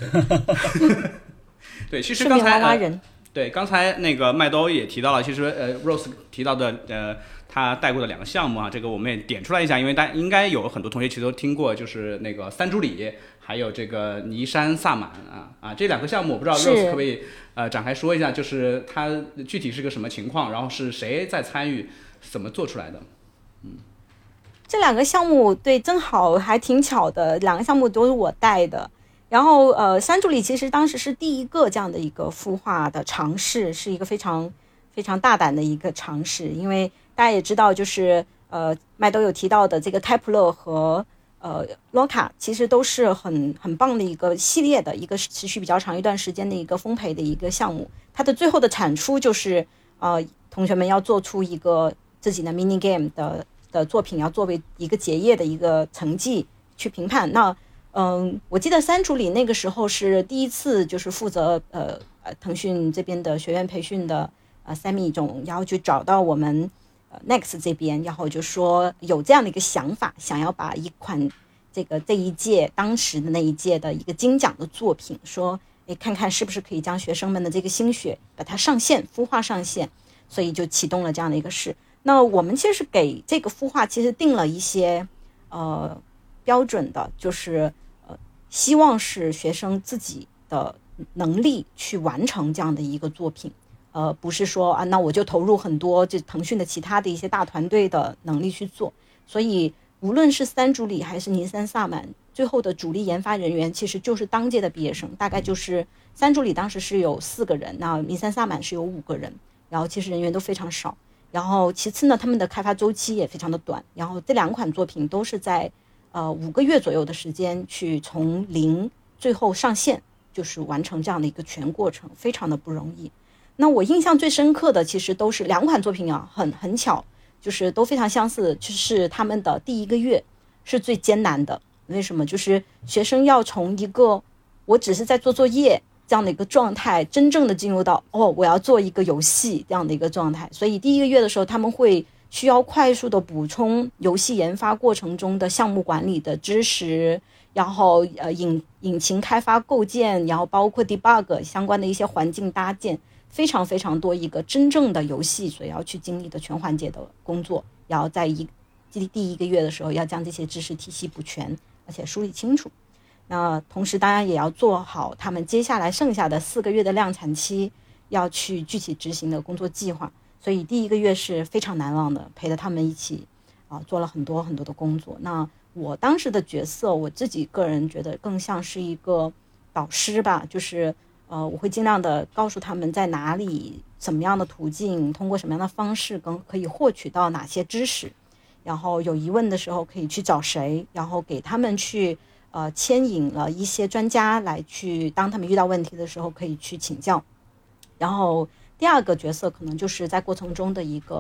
对，其实刚才挖人、呃、 对刚才那个麦兜也提到了，其实呃 Rose 提到的呃他带过的两个项目啊，这个我们也点出来一下，因为大应该有很多同学其实都听过，就是那个三主理，还有这个尼山萨满啊啊这两个项目，我不知道 Rose 可不可以呃展开说一下，就是它具体是个什么情况，然后是谁在参与，怎么做出来的？嗯。 这两个项目对，正好还挺巧的，两个项目都是我带的。然后呃，三主理其实当时是第一个这样的一个孵化的尝试，是一个非常非常大胆的一个尝试，因为大家也知道，就是呃麦兜有提到的这个开普勒和呃 Loka 其实都是很很棒的一个系列的一个持续比较长一段时间的一个丰培的一个项目，它的最后的产出就是呃同学们要做出一个自己的 mini game 的的作品，要作为一个结业的一个成绩去评判。那嗯，我记得三主理那个时候是第一次就是负责呃呃腾讯这边的学院培训的呃 Sammy 总，然后就找到我们呃 Next 这边，然后就说有这样的一个想法，想要把一款这个这一届当时的那一届的一个金奖的作品，说诶看看是不是可以将学生们的这个心血把它上线孵化上线，所以就启动了这样的一个事。那我们其实给这个孵化其实定了一些呃标准的，就是呃希望是学生自己的能力去完成这样的一个作品，呃不是说啊那我就投入很多这腾讯的其他的一些大团队的能力去做。所以无论是三主理还是尼三萨满，最后的主力研发人员其实就是当届的毕业生，大概就是三主理当时是有四个人，那尼三萨满是有五个人，然后其实人员都非常少。然后其次呢，他们的开发周期也非常的短，然后这两款作品都是在呃五个月左右的时间去从零最后上线，就是完成这样的一个全过程，非常的不容易。那我印象最深刻的其实都是两款作品啊，很很巧，就是都非常相似，就是他们的第一个月是最艰难的。为什么？就是学生要从一个我只是在做作业这样的一个状态，真正的进入到哦，我要做一个游戏这样的一个状态。所以第一个月的时候，他们会需要快速的补充游戏研发过程中的项目管理的知识，然后呃引引擎开发构建，然后包括 debug 相关的一些环境搭建，非常非常多一个真正的游戏所要去经历的全环节的工作，然后在一第一个月的时候要将这些知识体系补全，而且梳理清楚。那同时当然也要做好他们接下来剩下的四个月的量产期要去具体执行的工作计划。所以第一个月是非常难忘的，陪着他们一起啊做了很多很多的工作。那我当时的角色，我自己个人觉得更像是一个导师吧，就是呃我会尽量的告诉他们在哪里什么样的途径，通过什么样的方式更可以获取到哪些知识，然后有疑问的时候可以去找谁，然后给他们去呃，牵引了一些专家来去，当他们遇到问题的时候可以去请教。然后第二个角色可能就是在过程中的一个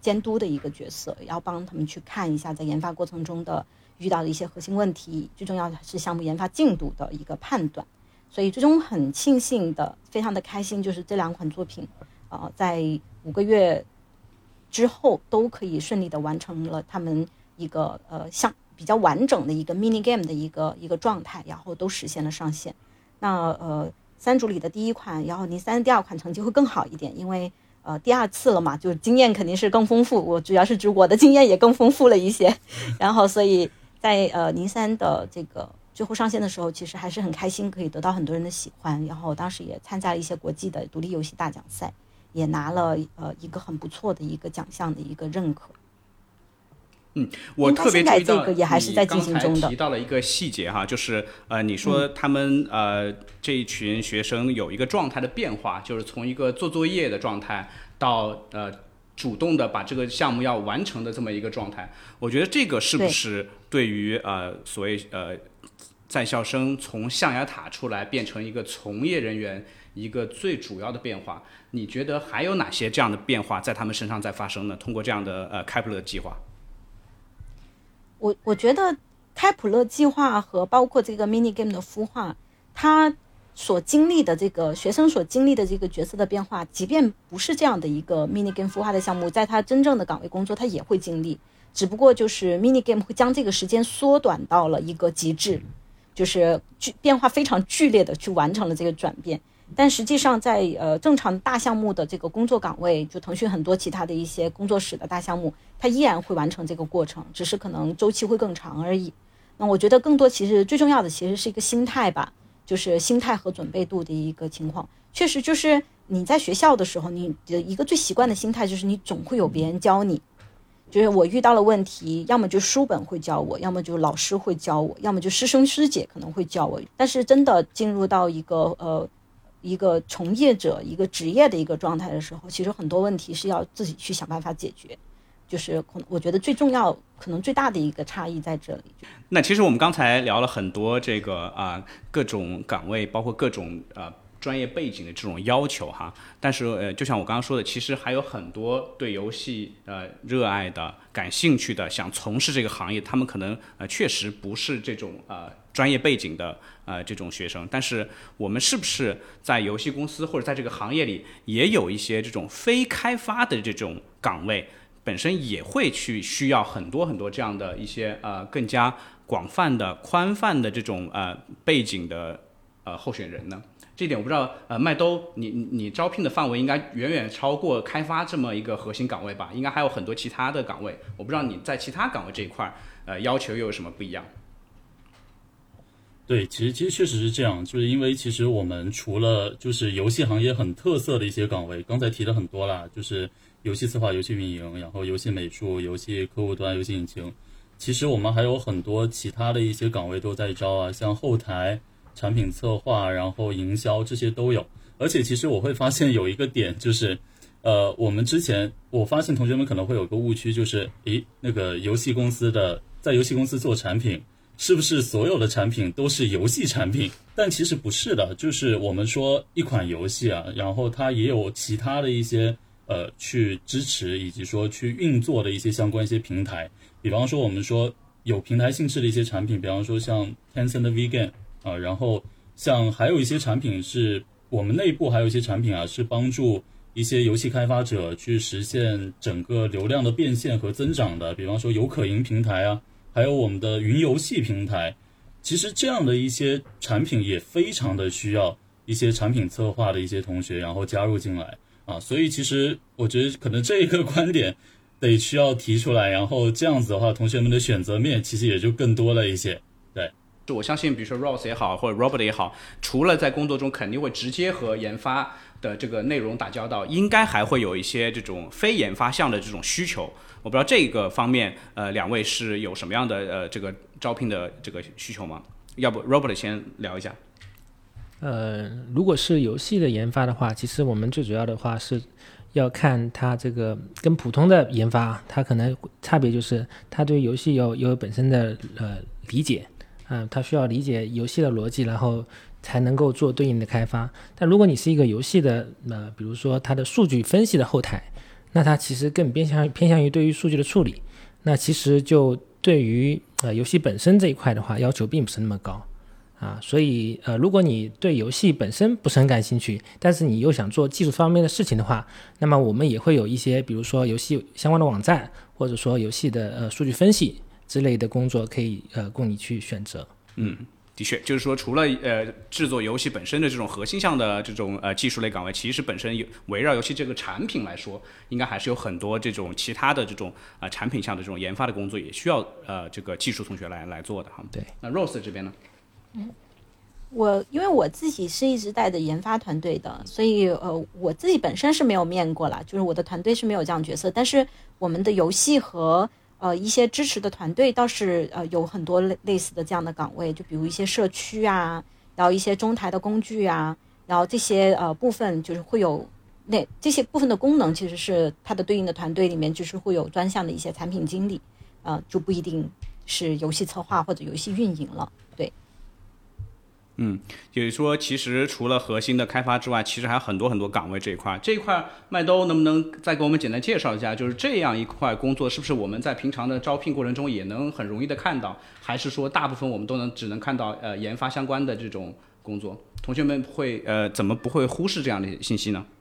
监督的一个角色，要帮他们去看一下在研发过程中的遇到的一些核心问题，最重要的是项目研发进度的一个判断。所以最终很庆幸的，非常的开心，就是这两款作品呃，在五个月之后都可以顺利的完成了他们一个呃像比较完整的一个 mini game 的一个一个状态，然后都实现了上线。那呃三组里的第一款，然后尼三的第二款成绩会更好一点，因为呃第二次了嘛，就是经验肯定是更丰富，我主要是指我的经验也更丰富了一些，然后所以在呃尼三的这个最后上线的时候，其实还是很开心，可以得到很多人的喜欢，然后当时也参加了一些国际的独立游戏大奖赛，也拿了呃一个很不错的一个奖项的一个认可。 嗯，我特别注意到这个也还是在进行中的。 你刚才提到了一个细节哈，就是呃，你说他们、嗯、呃这一群学生有一个状态的变化，就是从一个做作业的状态到呃主动的把这个项目要完成的这么一个状态。我觉得这个是不是对于呃所谓呃在校生从象牙塔出来变成一个从业人员一个最主要的变化？你觉得还有哪些这样的变化在他们身上在发生呢？通过这样的呃开普勒计划。 我我觉得开普勒计划和包括这个 mini game 的孵化，它所经历的这个学生所经历的这个角色的变化，即便不是这样的一个 mini game 孵化的项目，在他真正的岗位工作他也会经历，只不过就是 mini game 会将这个时间缩短到了一个极致，就是变化非常剧烈的去完成了这个转变。但实际上在呃正常大项目的这个工作岗位，就腾讯很多其他的一些工作室的大项目，它依然会完成这个过程，只是可能周期会更长而已。那我觉得更多其实最重要的其实是一个心态吧，就是心态和准备度的一个情况。确实就是你在学校的时候，你的一个最习惯的心态就是你总会有别人教你，就是我遇到了问题，要么就书本会教我，要么就老师会教我，要么就师兄师姐可能会教我。但是真的进入到一个呃一个从业者一个职业的一个状态的时候，其实很多问题是要自己去想办法解决，就是我觉得最重要可能最大的一个差异在这里。 那其实我们刚才聊了很多这个啊、呃、各种岗位包括各种呃专业背景的这种要求哈，但是呃就像我刚刚说的，其实还有很多对游戏呃热爱的感兴趣的想从事这个行业，他们可能呃确实不是这种呃专业背景的呃这种学生，但是我们是不是在游戏公司或者在这个行业里也有一些这种非开发的这种岗位，本身也会去需要很多很多这样的一些呃更加广泛的宽泛的这种呃背景的呃候选人呢？这一点我不知道，呃，麦兜，你你招聘的范围应该远远超过开发这么一个核心岗位吧？应该还有很多其他的岗位，我不知道你在其他岗位这一块，呃，要求又有什么不一样？ 对，其实其实确实是这样，就是因为其实我们除了就是游戏行业很特色的一些岗位，刚才提了很多啦，就是游戏策划、游戏运营，然后游戏美术、游戏客户端、游戏引擎，其实我们还有很多其他的一些岗位都在招啊，像后台、产品策划，然后营销，这些都有。而且其实我会发现有一个点，就是呃，我们之前我发现同学们可能会有个误区，就是诶，那个游戏公司的在游戏公司做产品，是不是所有的产品都是游戏产品？但其实不是的，就是我们说一款游戏啊，然后它也有其他的一些呃去支持以及说去运作的一些相关一些平台，比方说我们说有平台性质的一些产品，比方说像 Tencent 的 V Game 啊，然后像还有一些产品是我们内部还有一些产品啊，是帮助一些游戏开发者去实现整个流量的变现和增长的，比方说有可赢平台啊，还有我们的云游戏平台。其实这样的一些产品也非常的需要一些产品策划的一些同学然后加入进来啊，所以其实我觉得可能这一个观点得需要提出来，然后这样子的话同学们的选择面其实也就更多了一些。对， 我相信比如说 Ross 也好或者 Robert 也好，除了在工作中肯定会直接和研发的这个内容打交道，应该还会有一些这种非研发项的这种需求。我不知道这个方面呃两位是有什么样的呃这个招聘的这个需求吗？要不 Robert 先聊一下。 呃，如果是游戏的研发的话，其实我们最主要的话是要看它这个跟普通的研发，它可能差别就是它对游戏有有本身的呃理解，啊、呃，它需要理解游戏的逻辑，然后才能够做对应的开发。但如果你是一个游戏的呃，比如说它的数据分析的后台， 那它其实更偏向偏向于对于数据的处理。那其实就对于呃游戏本身这一块的话，要求并不是那么高啊。所以呃，如果你对游戏本身不是很感兴趣，但是你又想做技术方面的事情的话，那么我们也会有一些，比如说游戏相关的网站，或者说游戏的呃数据分析之类的工作，可以呃供你去选择。 嗯。的确，就是说，除了呃制作游戏本身的这种核心项的这种呃技术类岗位，其实本身有围绕游戏这个产品来说，应该还是有很多这种其他的这种啊、呃、产品项的这种研发的工作，也需要呃这个技术同学来来做的哈。 对。 那 Rose 这边呢？ 嗯，我因为我自己是一直带着研发团队的，所以呃我自己本身是没有面过啦，就是我的团队是没有这样角色，但是我们的游戏和呃，一些支持的团队倒是呃有很多类类似的这样的岗位，就比如一些社区啊，然后一些中台的工具啊，然后这些呃部分就是会有那这些部分的功能，其实是它的对应的团队里面就是会有专项的一些产品经理，呃，就不一定是游戏策划或者游戏运营了，对。 嗯，就是说，其实除了核心的开发之外，其实还有很多很多岗位这一块。这一块麦兜能不能再给我们简单介绍一下？就是这样一块工作，是不是我们在平常的招聘过程中也能很容易的看到？还是说大部分我们都能只能看到呃研发相关的这种工作？同学们会呃怎么不会忽视这样的信息呢？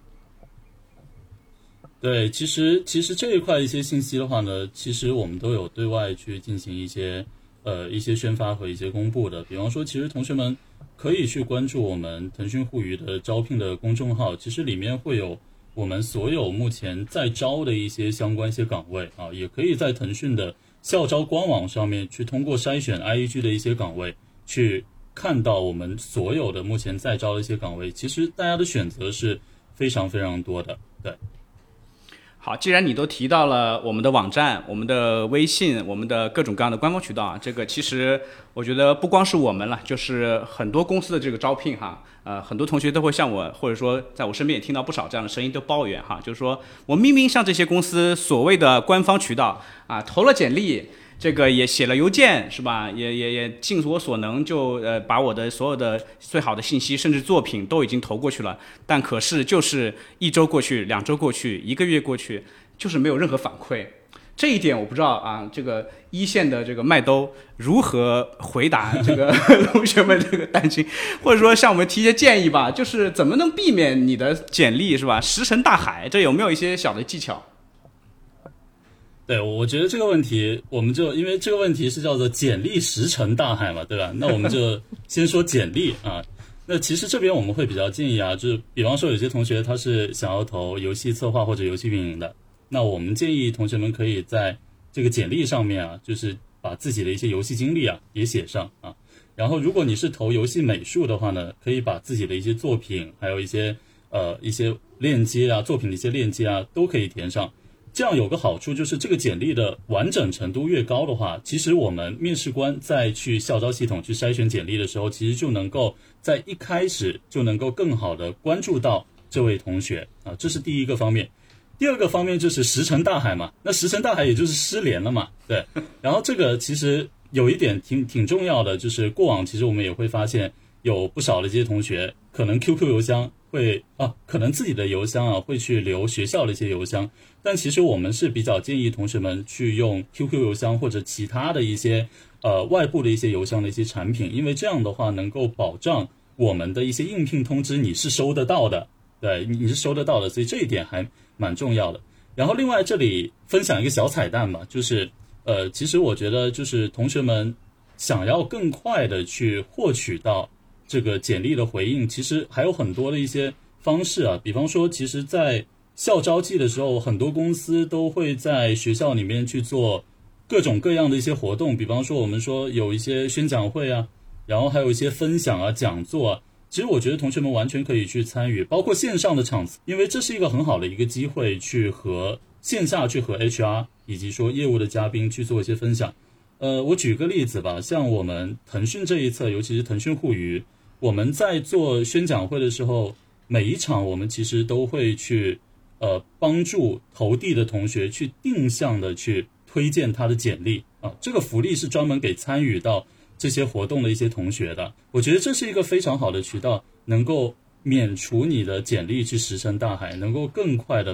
对，其实其实这一块一些信息的话呢，其实我们都有对外去进行一些呃一些宣发和一些公布的。比方说，其实同学们可以去关注我们腾讯互娱的招聘的公众号，其实里面会有我们所有目前在招的一些相关一些岗位啊，也可以在腾讯的校招官网上面去通过筛选 I E G 的一些岗位，去看到我们所有的目前在招的一些岗位，其实大家的选择是非常非常多的，对。 好，既然你都提到了我们的网站、我们的微信、我们的各种各样的官方渠道啊，这个其实我觉得不光是我们了，就是很多公司的这个招聘哈，呃，很多同学都会向我，或者说在我身边也听到不少这样的声音，都抱怨哈，就是说我明明向这些公司所谓的官方渠道啊投了简历，这个也写了邮件是吧？也也也尽我所能就呃把我的所有的最好的信息甚至作品都已经投过去了，但可是就是一周过去，两周过去，一个月过去，就是没有任何反馈。这一点我不知道啊，这个一线的这个麦兜如何回答这个同学们这个担心，或者说向我们提一些建议吧，就是怎么能避免你的简历是吧石沉大海？这有没有一些小的技巧？ 对，我觉得这个问题，我们就因为这个问题是叫做简历石沉大海嘛，对吧？那我们就先说简历啊。那其实这边我们会比较建议啊，就是比方说有些同学他是想要投游戏策划或者游戏运营的，那我们建议同学们可以在这个简历上面啊，就是把自己的一些游戏经历啊也写上啊。然后如果你是投游戏美术的话呢，可以把自己的一些作品，还有一些呃一些链接啊，作品的一些链接啊，都可以填上。这样有个好处就是这个简历的完整程度越高的话，其实我们面试官在去校招系统去筛选简历的时候，其实就能够在一开始就能够更好的关注到这位同学啊，这是第一个方面。第二个方面就是石沉大海嘛，那石沉大海也就是失联了嘛，对。然后这个其实有一点挺挺重要的，就是过往其实我们也会发现有不少的这些同学可能 Q Q 邮箱会啊，可能自己的邮箱啊会去留学校的一些邮箱，但其实我们是比较建议同学们去用 Q Q 邮箱或者其他的一些呃外部的一些邮箱的一些产品，因为这样的话能够保障我们的一些应聘通知你是收得到的，对，你是收得到的，所以这一点还蛮重要的。然后另外这里分享一个小彩蛋吧，就是呃，其实我觉得就是同学们想要更快的去获取到这个简历的回应，其实还有很多的一些方式啊，比方说其实在校招季的时候，很多公司都会在学校里面去做各种各样的一些活动，比方说我们说有一些宣讲会啊，然后还有一些分享啊、讲座啊，其实我觉得同学们完全可以去参与，包括线上的场次，因为这是一个很好的一个机会去和线下去和 H R 以及说业务的嘉宾去做一些分享。呃，我举个例子吧，像我们腾讯这一侧，尤其是腾讯互娱，我们在做宣讲会的时候，每一场我们其实都会去呃帮助投递的同学去定向的去推荐他的简历啊，这个福利是专门给参与到这些活动的一些同学的。我觉得这是一个非常好的渠道，能够免除你的简历去石沉大海，能够更快的被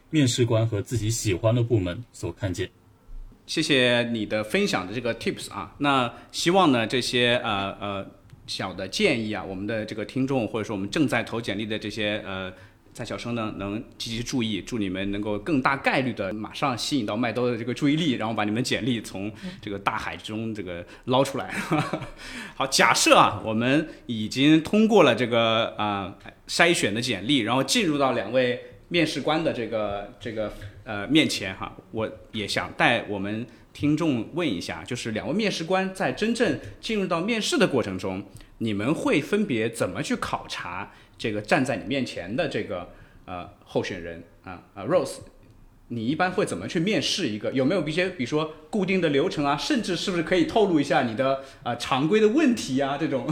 面试官和自己喜欢的部门所看见。 谢谢你的分享的这个 tips 啊，那希望呢这些呃呃小的建议啊，我们的这个听众或者说我们正在投简历的这些呃在校生呢能积极注意，祝你们能够更大概率的马上吸引到麦兜的这个注意力，然后把你们简历从这个大海中这个捞出来。好，假设啊我们已经通过了这个啊、呃、筛选的简历，然后进入到两位面试官的这个这个呃面前哈，我也想带我们听众问一下，就是两位面试官在真正进入到面试的过程中，你们会分别怎么去考察这个站在你面前的这个呃候选人啊啊 Rose， 你一般会怎么去面试一个？有没有一些比如说固定的流程啊，甚至是不是可以透露一下你的啊、呃、常规的问题啊这种？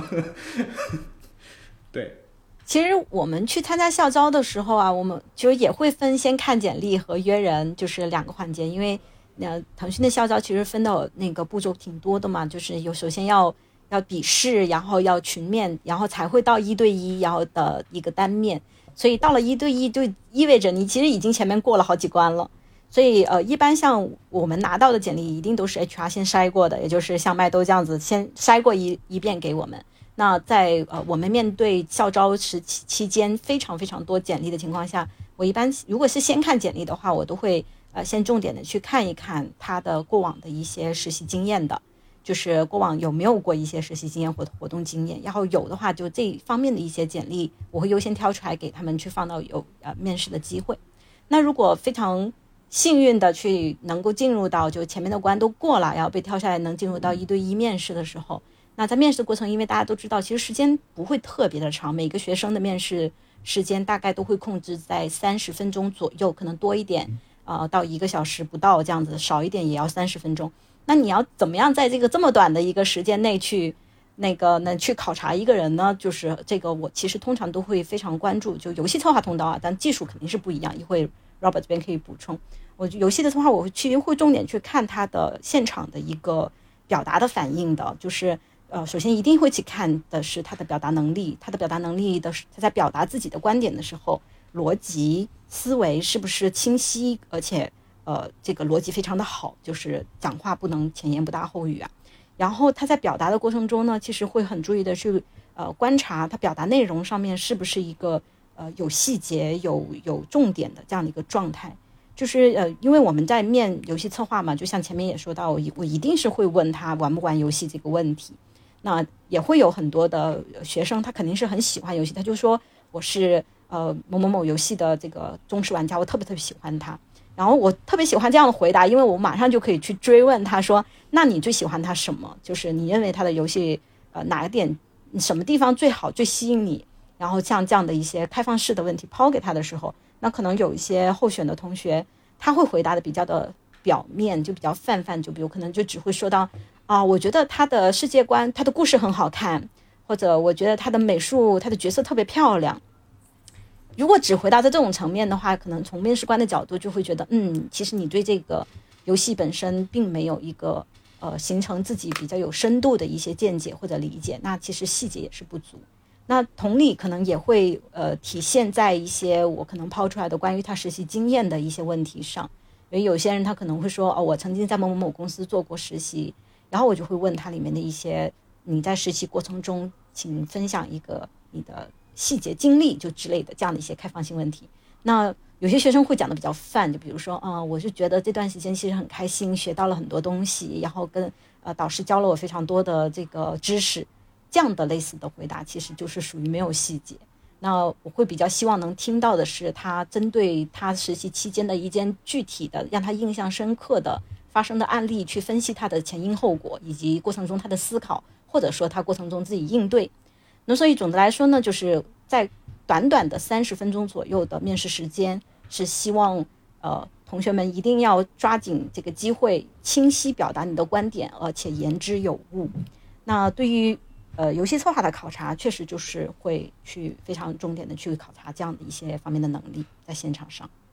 对。 其实我们去参加校招的时候啊，我们就也会分先看简历和约人，就是两个环节。因为呃，腾讯的校招其实分的那个步骤挺多的嘛，就是有首先要要笔试，然后要群面，然后才会到一对一，然后的一个单面。所以到了一对一，就意味着你其实已经前面过了好几关了。所以呃，一般像我们拿到的简历，一定都是 H R 先筛过的，也就是像麦兜这样子先筛过一一遍给我们。那在呃我们面对校招时期期间非常非常多简历的情况下，我一般如果是先看简历的话，我都会呃先重点的去看一看他的过往的一些实习经验的，就是过往有没有过一些实习经验或活动经验，然后有的话就这方面的一些简历我会优先挑出来给他们去放到有呃面试的机会。那如果非常幸运的去能够进入到就前面的关都过了，然后被挑下来能进入到一对一面试的时候，那在面试的过程，因为大家都知道其实时间不会特别的长，每个学生的面试时间大概都会控制在三十分钟左右，可能多一点呃到一个小时不到这样子，少一点也要三十分钟。那你要怎么样在这个这么短的一个时间内去那个呢去考察一个人呢？就是这个我其实通常都会非常关注，就游戏策划通道啊，但技术肯定是不一样，一会 Robert 这边可以补充。我游戏的策划我其实会重点去看他的现场的一个表达的反应的，就是呃，首先一定会去看的是他的表达能力，他的表达能力的他在表达自己的观点的时候，逻辑思维是不是清晰，而且呃这个逻辑非常的好，就是讲话不能前言不搭后语啊。然后他在表达的过程中呢，其实会很注意的去呃观察他表达内容上面是不是一个呃有细节有有重点的这样的一个状态。就是呃，因为我们在面游戏策划嘛，就像前面也说到，我我一定是会问他玩不玩游戏这个问题。那也会有很多的学生，他肯定是很喜欢游戏，他就说我是呃某某某游戏的这个忠实玩家，我特别特别喜欢他。然后我特别喜欢这样的回答，因为我马上就可以去追问他说，那你最喜欢他什么？就是你认为他的游戏呃哪个点什么地方最好最吸引你？然后像这样的一些开放式的问题抛给他的时候，那可能有一些候选的同学他会回答的比较的表面，就比较泛泛，就比如可能就只会说到啊，我觉得他的世界观他的故事很好看，或者我觉得他的美术他的角色特别漂亮。如果只回答在这种层面的话，可能从面试官的角度就会觉得嗯，其实你对这个游戏本身并没有一个呃形成自己比较有深度的一些见解或者理解，那其实细节也是不足。那同理可能也会呃体现在一些我可能抛出来的关于他实习经验的一些问题上。因为有些人他可能会说哦，我曾经在某某某公司做过实习，然后我就会问他里面的一些你在实习过程中请分享一个你的细节经历就之类的这样的一些开放性问题。那有些学生会讲的比较泛，就比如说啊、呃，我是觉得这段时间其实很开心，学到了很多东西，然后跟呃导师教了我非常多的这个知识，这样的类似的回答其实就是属于没有细节。那我会比较希望能听到的是他针对他实习期间的一件具体的让他印象深刻的发生的案例去分析他的前因后果，以及过程中他的思考，或者说他过程中自己应对。那所以总的来说呢，就是在短短的三十分钟左右的面试时间，是希望呃同学们一定要抓紧这个机会，清晰表达你的观点，而且言之有物。那对于呃，游戏策划的考察确实就是会去非常重点的去考察这样的一些方面的能力在现场上。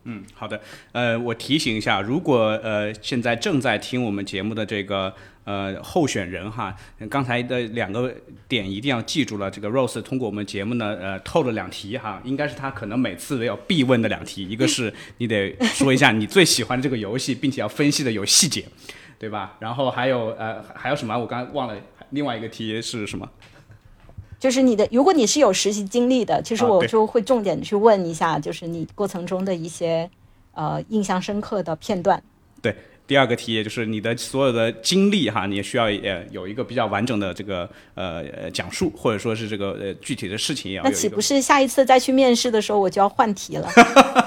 嗯，好的。呃，我提醒一下，如果呃现在正在听我们节目的这个呃候选人哈，刚才的两个点一定要记住了。这个 Rose 通过我们节目呢，呃透了两题哈，应该是他可能每次要必问的两题，一个是你得说一下你最喜欢的这个游戏，并且要分析的有细节，对吧？然后还有呃还有什么？我刚才忘了，另外一个题是什么？ 就是你的，如果你是有实习经历的，其实我就会重点去问一下，啊、就是你过程中的一些呃印象深刻的片段。 对，第二个题也就是你的所有的经历哈，你也需要呃有一个比较完整的这个呃讲述，或者说是这个呃具体的事情也要有一个。 那岂不是下一次再去面试的时候我就要换题了？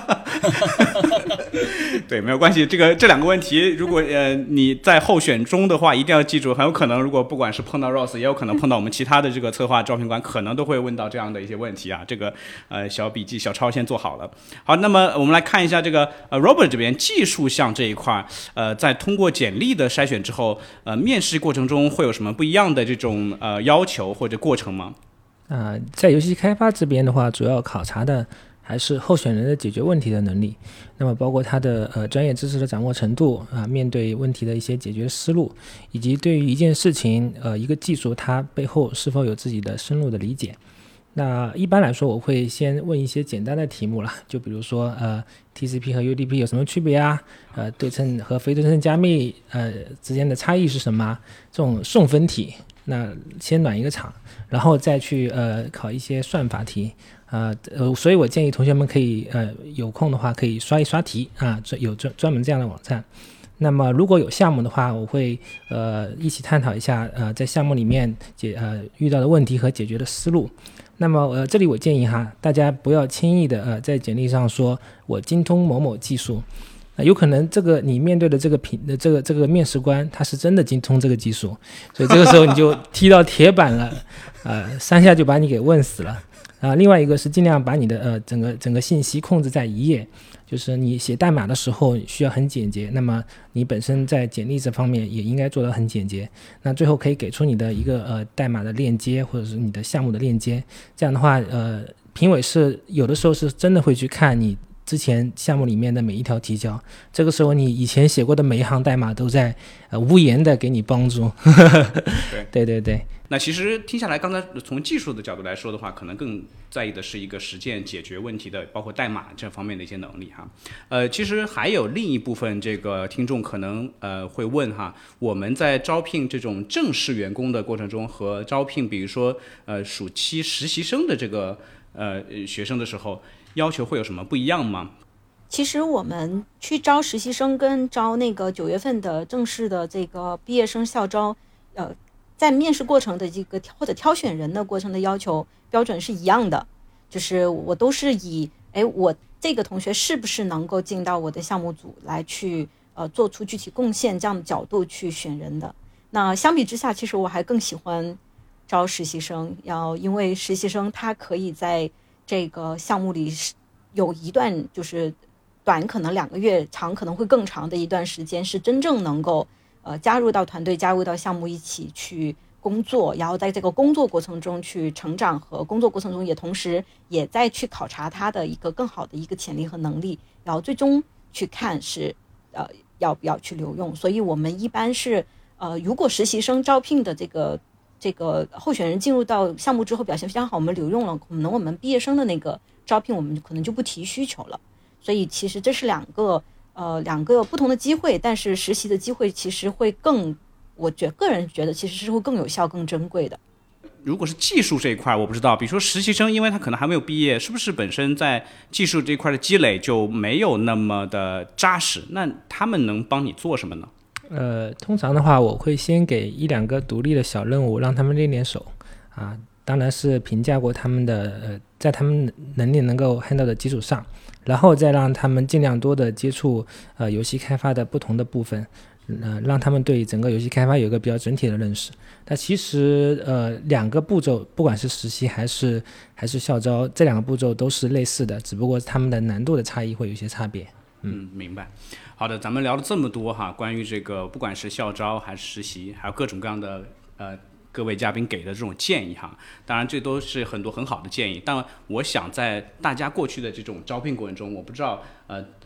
对，没有关系。这个这两个问题，如果呃你在候选中的话，一定要记住，很有可能如果不管是碰到 Rose， 也有可能碰到我们其他的这个策划招聘官，可能都会问到这样的一些问题啊。这个呃小笔记、小抄先做好了。好，那么我们来看一下这个呃 Robert 这边技术项这一块，呃，在通过简历的筛选之后，呃，面试过程中会有什么不一样的这种呃要求或者过程吗？ 啊、呃，在游戏开发这边的话，主要考察的还是候选人的解决问题的能力，那么包括他的呃专业知识的掌握程度啊、呃，面对问题的一些解决思路，以及对于一件事情呃一个技术它背后是否有自己的深入的理解。那一般来说，我会先问一些简单的题目啦，就比如说呃 T C P 和 U D P 有什么区别啊？呃对称和非对称加密呃之间的差异是什么？这种送分题，那先暖一个场，然后再去呃考一些算法题。呃呃，所以我建议同学们可以呃有空的话可以刷一刷题啊，有专专门这样的网站。那么如果有项目的话，我会呃一起探讨一下呃在项目里面解呃遇到的问题和解决的思路。那么呃这里我建议哈，大家不要轻易的呃在简历上说我精通某某技术。呃、有可能这个你面对的这个品的这个这个面试官他是真的精通这个技术，所以这个时候你就踢到铁板了，呃三下就把你给问死了。啊，另外一个是尽量把你的呃整个整个信息控制在一页，就是你写代码的时候需要很简洁，那么你本身在简历这方面也应该做得很简洁。那最后可以给出你的一个呃代码的链接，或者是你的项目的链接，这样的话呃评委是有的时候是真的会去看你之前项目里面的每一条提交，这个时候你以前写过的每一行代码都在呃无言的给你帮助。对对对。 那其实听下来，刚才从技术的角度来说的话，可能更在意的是一个实践解决问题的，包括代码这方面的一些能力哈。呃，其实还有另一部分这个听众可能呃会问哈，我们在招聘这种正式员工的过程中，和招聘比如说呃暑期实习生的这个呃学生的时候，要求会有什么不一样吗？ 其实我们去招实习生跟招那个九月份的正式的这个毕业生校招，呃。在面试过程的这个或者挑选人的过程的要求标准是一样的，就是我都是以哎我这个同学是不是能够进到我的项目组来去呃做出具体贡献这样的角度去选人的。那相比之下，其实我还更喜欢招实习生，要因为实习生他可以在这个项目里有一段就是短可能两个月，长可能会更长的一段时间，是真正能够呃，加入到团队，加入到项目一起去工作，然后在这个工作过程中去成长，和工作过程中也同时也在去考察他的一个更好的一个潜力和能力，然后最终去看是呃要不要去留用。所以我们一般是呃，如果实习生招聘的这个这个候选人进入到项目之后表现非常好，我们留用了，可能我们毕业生的那个招聘我们可能就不提需求了。所以其实这是两个。呃，两个不同的机会，但是实习的机会其实会更，我觉个人觉得其实是会更有效、更珍贵的。 如果是技术这一块，我不知道，比如说实习生，因为他可能还没有毕业，是不是本身在技术这一块的积累就没有那么的扎实？那他们能帮你做什么呢？ 呃，通常的话，我会先给一两个独立的小任务，让他们练练手啊。当然是评价过他们的，呃，在他们能力能够 handle 的基础上。然后再让他们尽量多的接触呃游戏开发的不同的部分，呃，让他们对整个游戏开发有一个比较整体的认识。那其实呃两个步骤，不管是实习还是还是校招，这两个步骤都是类似的，只不过他们的难度的差异会有一些差别。 嗯, 嗯，明白。好的，咱们聊了这么多哈，关于这个不管是校招还是实习，还有各种各样的呃。各位嘉宾给的这种建议哈，当然这都是很多很好的建议，但我想在大家过去的这种招聘过程中，我不知道呃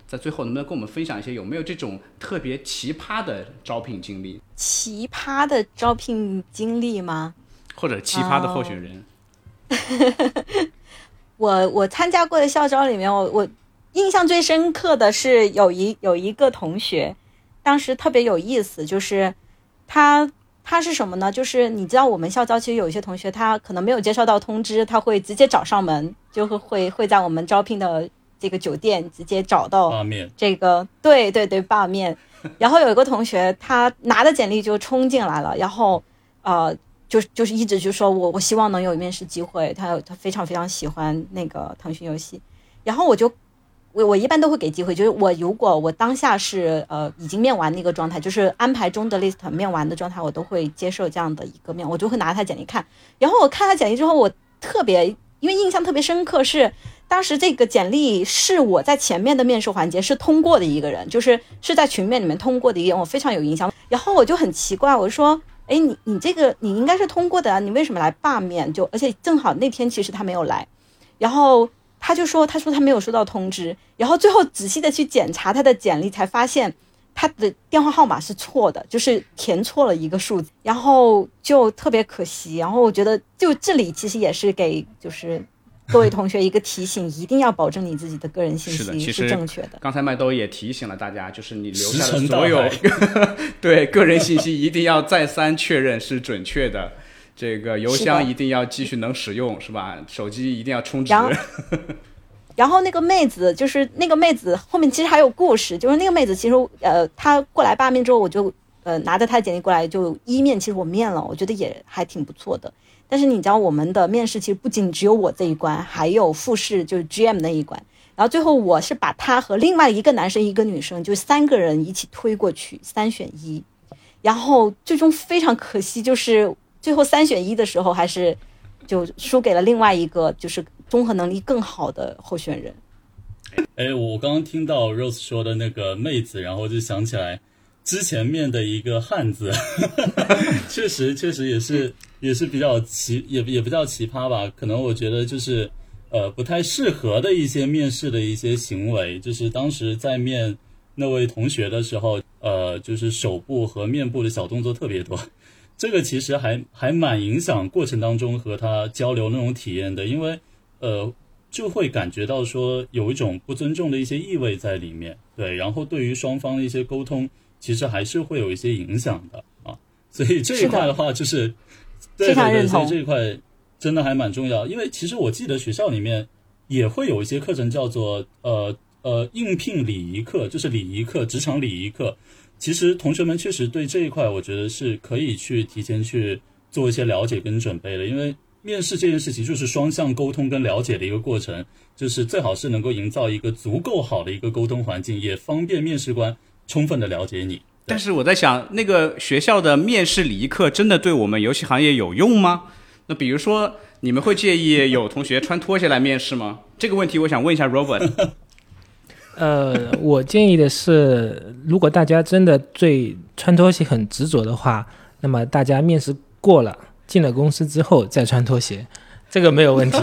在最后能不能跟我们分享一些有没有这种特别奇葩的招聘经历？ 奇葩的招聘经历吗？ 或者奇葩的候选人？ 哦、我我参加过的校招里面，我我印象最深刻的是有一有一个同学，当时特别有意思，就是他他是什么呢？就是你知道我们校招其实有一些同学他可能没有接收到通知，他会直接找上门，就会会会在我们招聘的这个酒店直接找到这个，对对对，罢面。然后有一个同学他拿着简历就冲进来了，然后呃就就是一直就说我我希望能有面试机会，他他非常非常喜欢那个腾讯游戏。然后我就我我一般都会给机会，就是我如果我当下是呃已经面完那个状态，就是安排中的 list 面完的状态，我都会接受这样的一个面，我就会拿他简历看。然后我看他简历之后，我特别因为印象特别深刻，是当时这个简历是我在前面的面试环节是通过的一个人，就是是在群面里面通过的一个人，我非常有印象。然后我就很奇怪，我说哎，你你这个你应该是通过的啊，你为什么来罢面？就而且正好那天其实他没有来，然后他就说他说他没有收到通知，然后最后仔细的去检查他的简历，才发现他的电话号码是错的，就是填错了一个数字，然后就特别可惜。然后我觉得就这里其实也是给就是各位同学一个提醒，一定要保证你自己的个人信息是正确的。 刚才麦兜也提醒了大家，就是你留下的所有对个人信息一定要再三确认是准确的，这个邮箱一定要继续能使用，是吧？手机一定要充值。 然后那个妹子就是那个妹子后面其实还有故事，就是那个妹子其实呃她过来罢面之后，我就呃拿着她的简历过来就一面，其实我面了，我觉得也还挺不错的。但是你知道我们的面试其实不仅只有我这一关，还有复试就是 G M 那一关，然后最后我是把他和另外一个男生一个女生就三个人一起推过去，三选一，然后最终非常可惜，就是最后三选一的时候还是就输给了另外一个就是综合能力更好的候选人。 哎，我刚刚听到 Rose 说的那个妹子，然后就想起来之前面的一个汉子确实确实也是也是比较奇也也不叫奇葩吧，可能我觉得就是呃不太适合的一些面试的一些行为，就是当时在面那位同学的时候，呃就是手部和面部的小动作特别多，这个其实还还蛮影响过程当中和他交流那种体验的，因为呃就会感觉到说有一种不尊重的一些意味在里面，对，然后对于双方的一些沟通其实还是会有一些影响的啊，所以这一块的话就是对对对，所以这一块真的还蛮重要。因为其实我记得学校里面也会有一些课程叫做呃呃应聘礼仪课，就是礼仪课、职场礼仪课。其实同学们确实对这一块，我觉得是可以去提前去做一些了解跟准备的，因为面试这件事情就是双向沟通跟了解的一个过程，就是最好是能够营造一个足够好的一个沟通环境，也方便面试官充分的了解你。 但是我在想，那个学校的面试礼仪课真的对我们游戏行业有用吗？那比如说，你们会介意有同学穿拖鞋来面试吗？这个问题我想问一下 Robert。 呃，我建议的是，如果大家真的对穿拖鞋很执着的话，那么大家面试过了，进了公司之后再穿拖鞋，这个没有问题。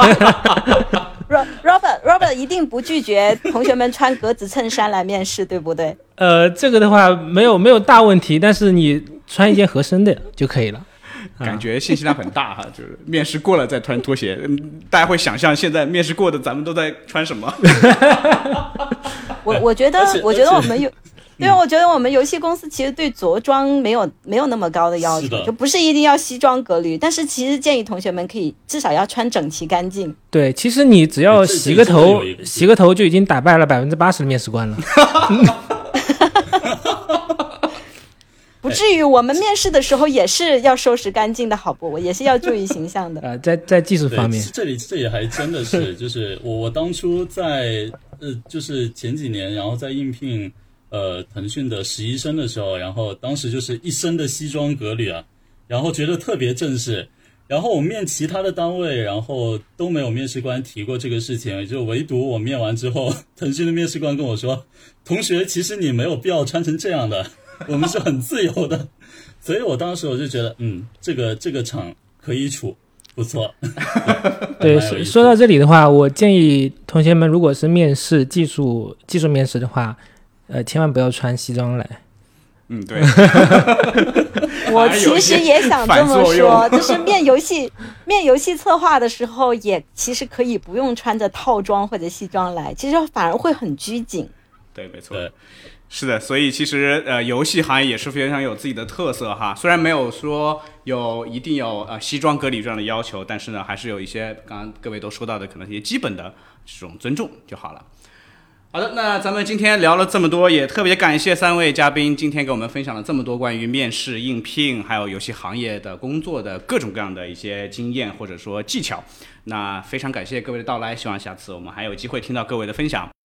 Robert Robert 一定不拒绝同学们穿格子衬衫来面试，对不对？ 呃，这个的话没有没有大问题，但是你穿一件合身的就可以了。 感觉信息量很大哈，就是面试过了再穿拖鞋，嗯，大家会想象现在面试过的咱们都在穿什么？ 我我觉得我觉得我们有。因为我觉得我们游戏公司其实对着装没有没有那么高的要求，就不是一定要西装革履，但是其实建议同学们可以至少要穿整齐干净。 对，其实你只要洗个头，洗个头就已经打败了百分之八十的面试官了。 不至于，我们面试的时候也是要收拾干净的，好不？我也是要注意形象的。 呃，在在技术方面， 这里这也还真的是，就是我我当初在呃，就是前几年，然后在应聘。呃，腾讯的实习生的时候，然后当时就是一身的西装革履啊，然后觉得特别正式。然后我面其他的单位，然后都没有面试官提过这个事情，就唯独我面完之后，腾讯的面试官跟我说：“同学，其实你没有必要穿成这样的，我们是很自由的。”所以我当时我就觉得，嗯，这个这个场可以处。 不错。 对，说说到这里的话，我建议同学们，如果是面试技术技术面试的话，呃，千万不要穿西装来。 嗯，对。 我其实也想这么说，就是面游戏面游戏策划的时候，也其实可以不用穿着套装或者西装来，其实反而会很拘谨。 对，没错。是的，所以其实呃，游戏行业也是非常有自己的特色哈。虽然没有说有一定有呃西装革履这样的要求，但是呢，还是有一些刚刚各位都说到的可能一些基本的这种尊重就好了。好的，那咱们今天聊了这么多，也特别感谢三位嘉宾今天给我们分享了这么多关于面试、应聘还有游戏行业的工作的各种各样的一些经验或者说技巧。那非常感谢各位的到来，希望下次我们还有机会听到各位的分享。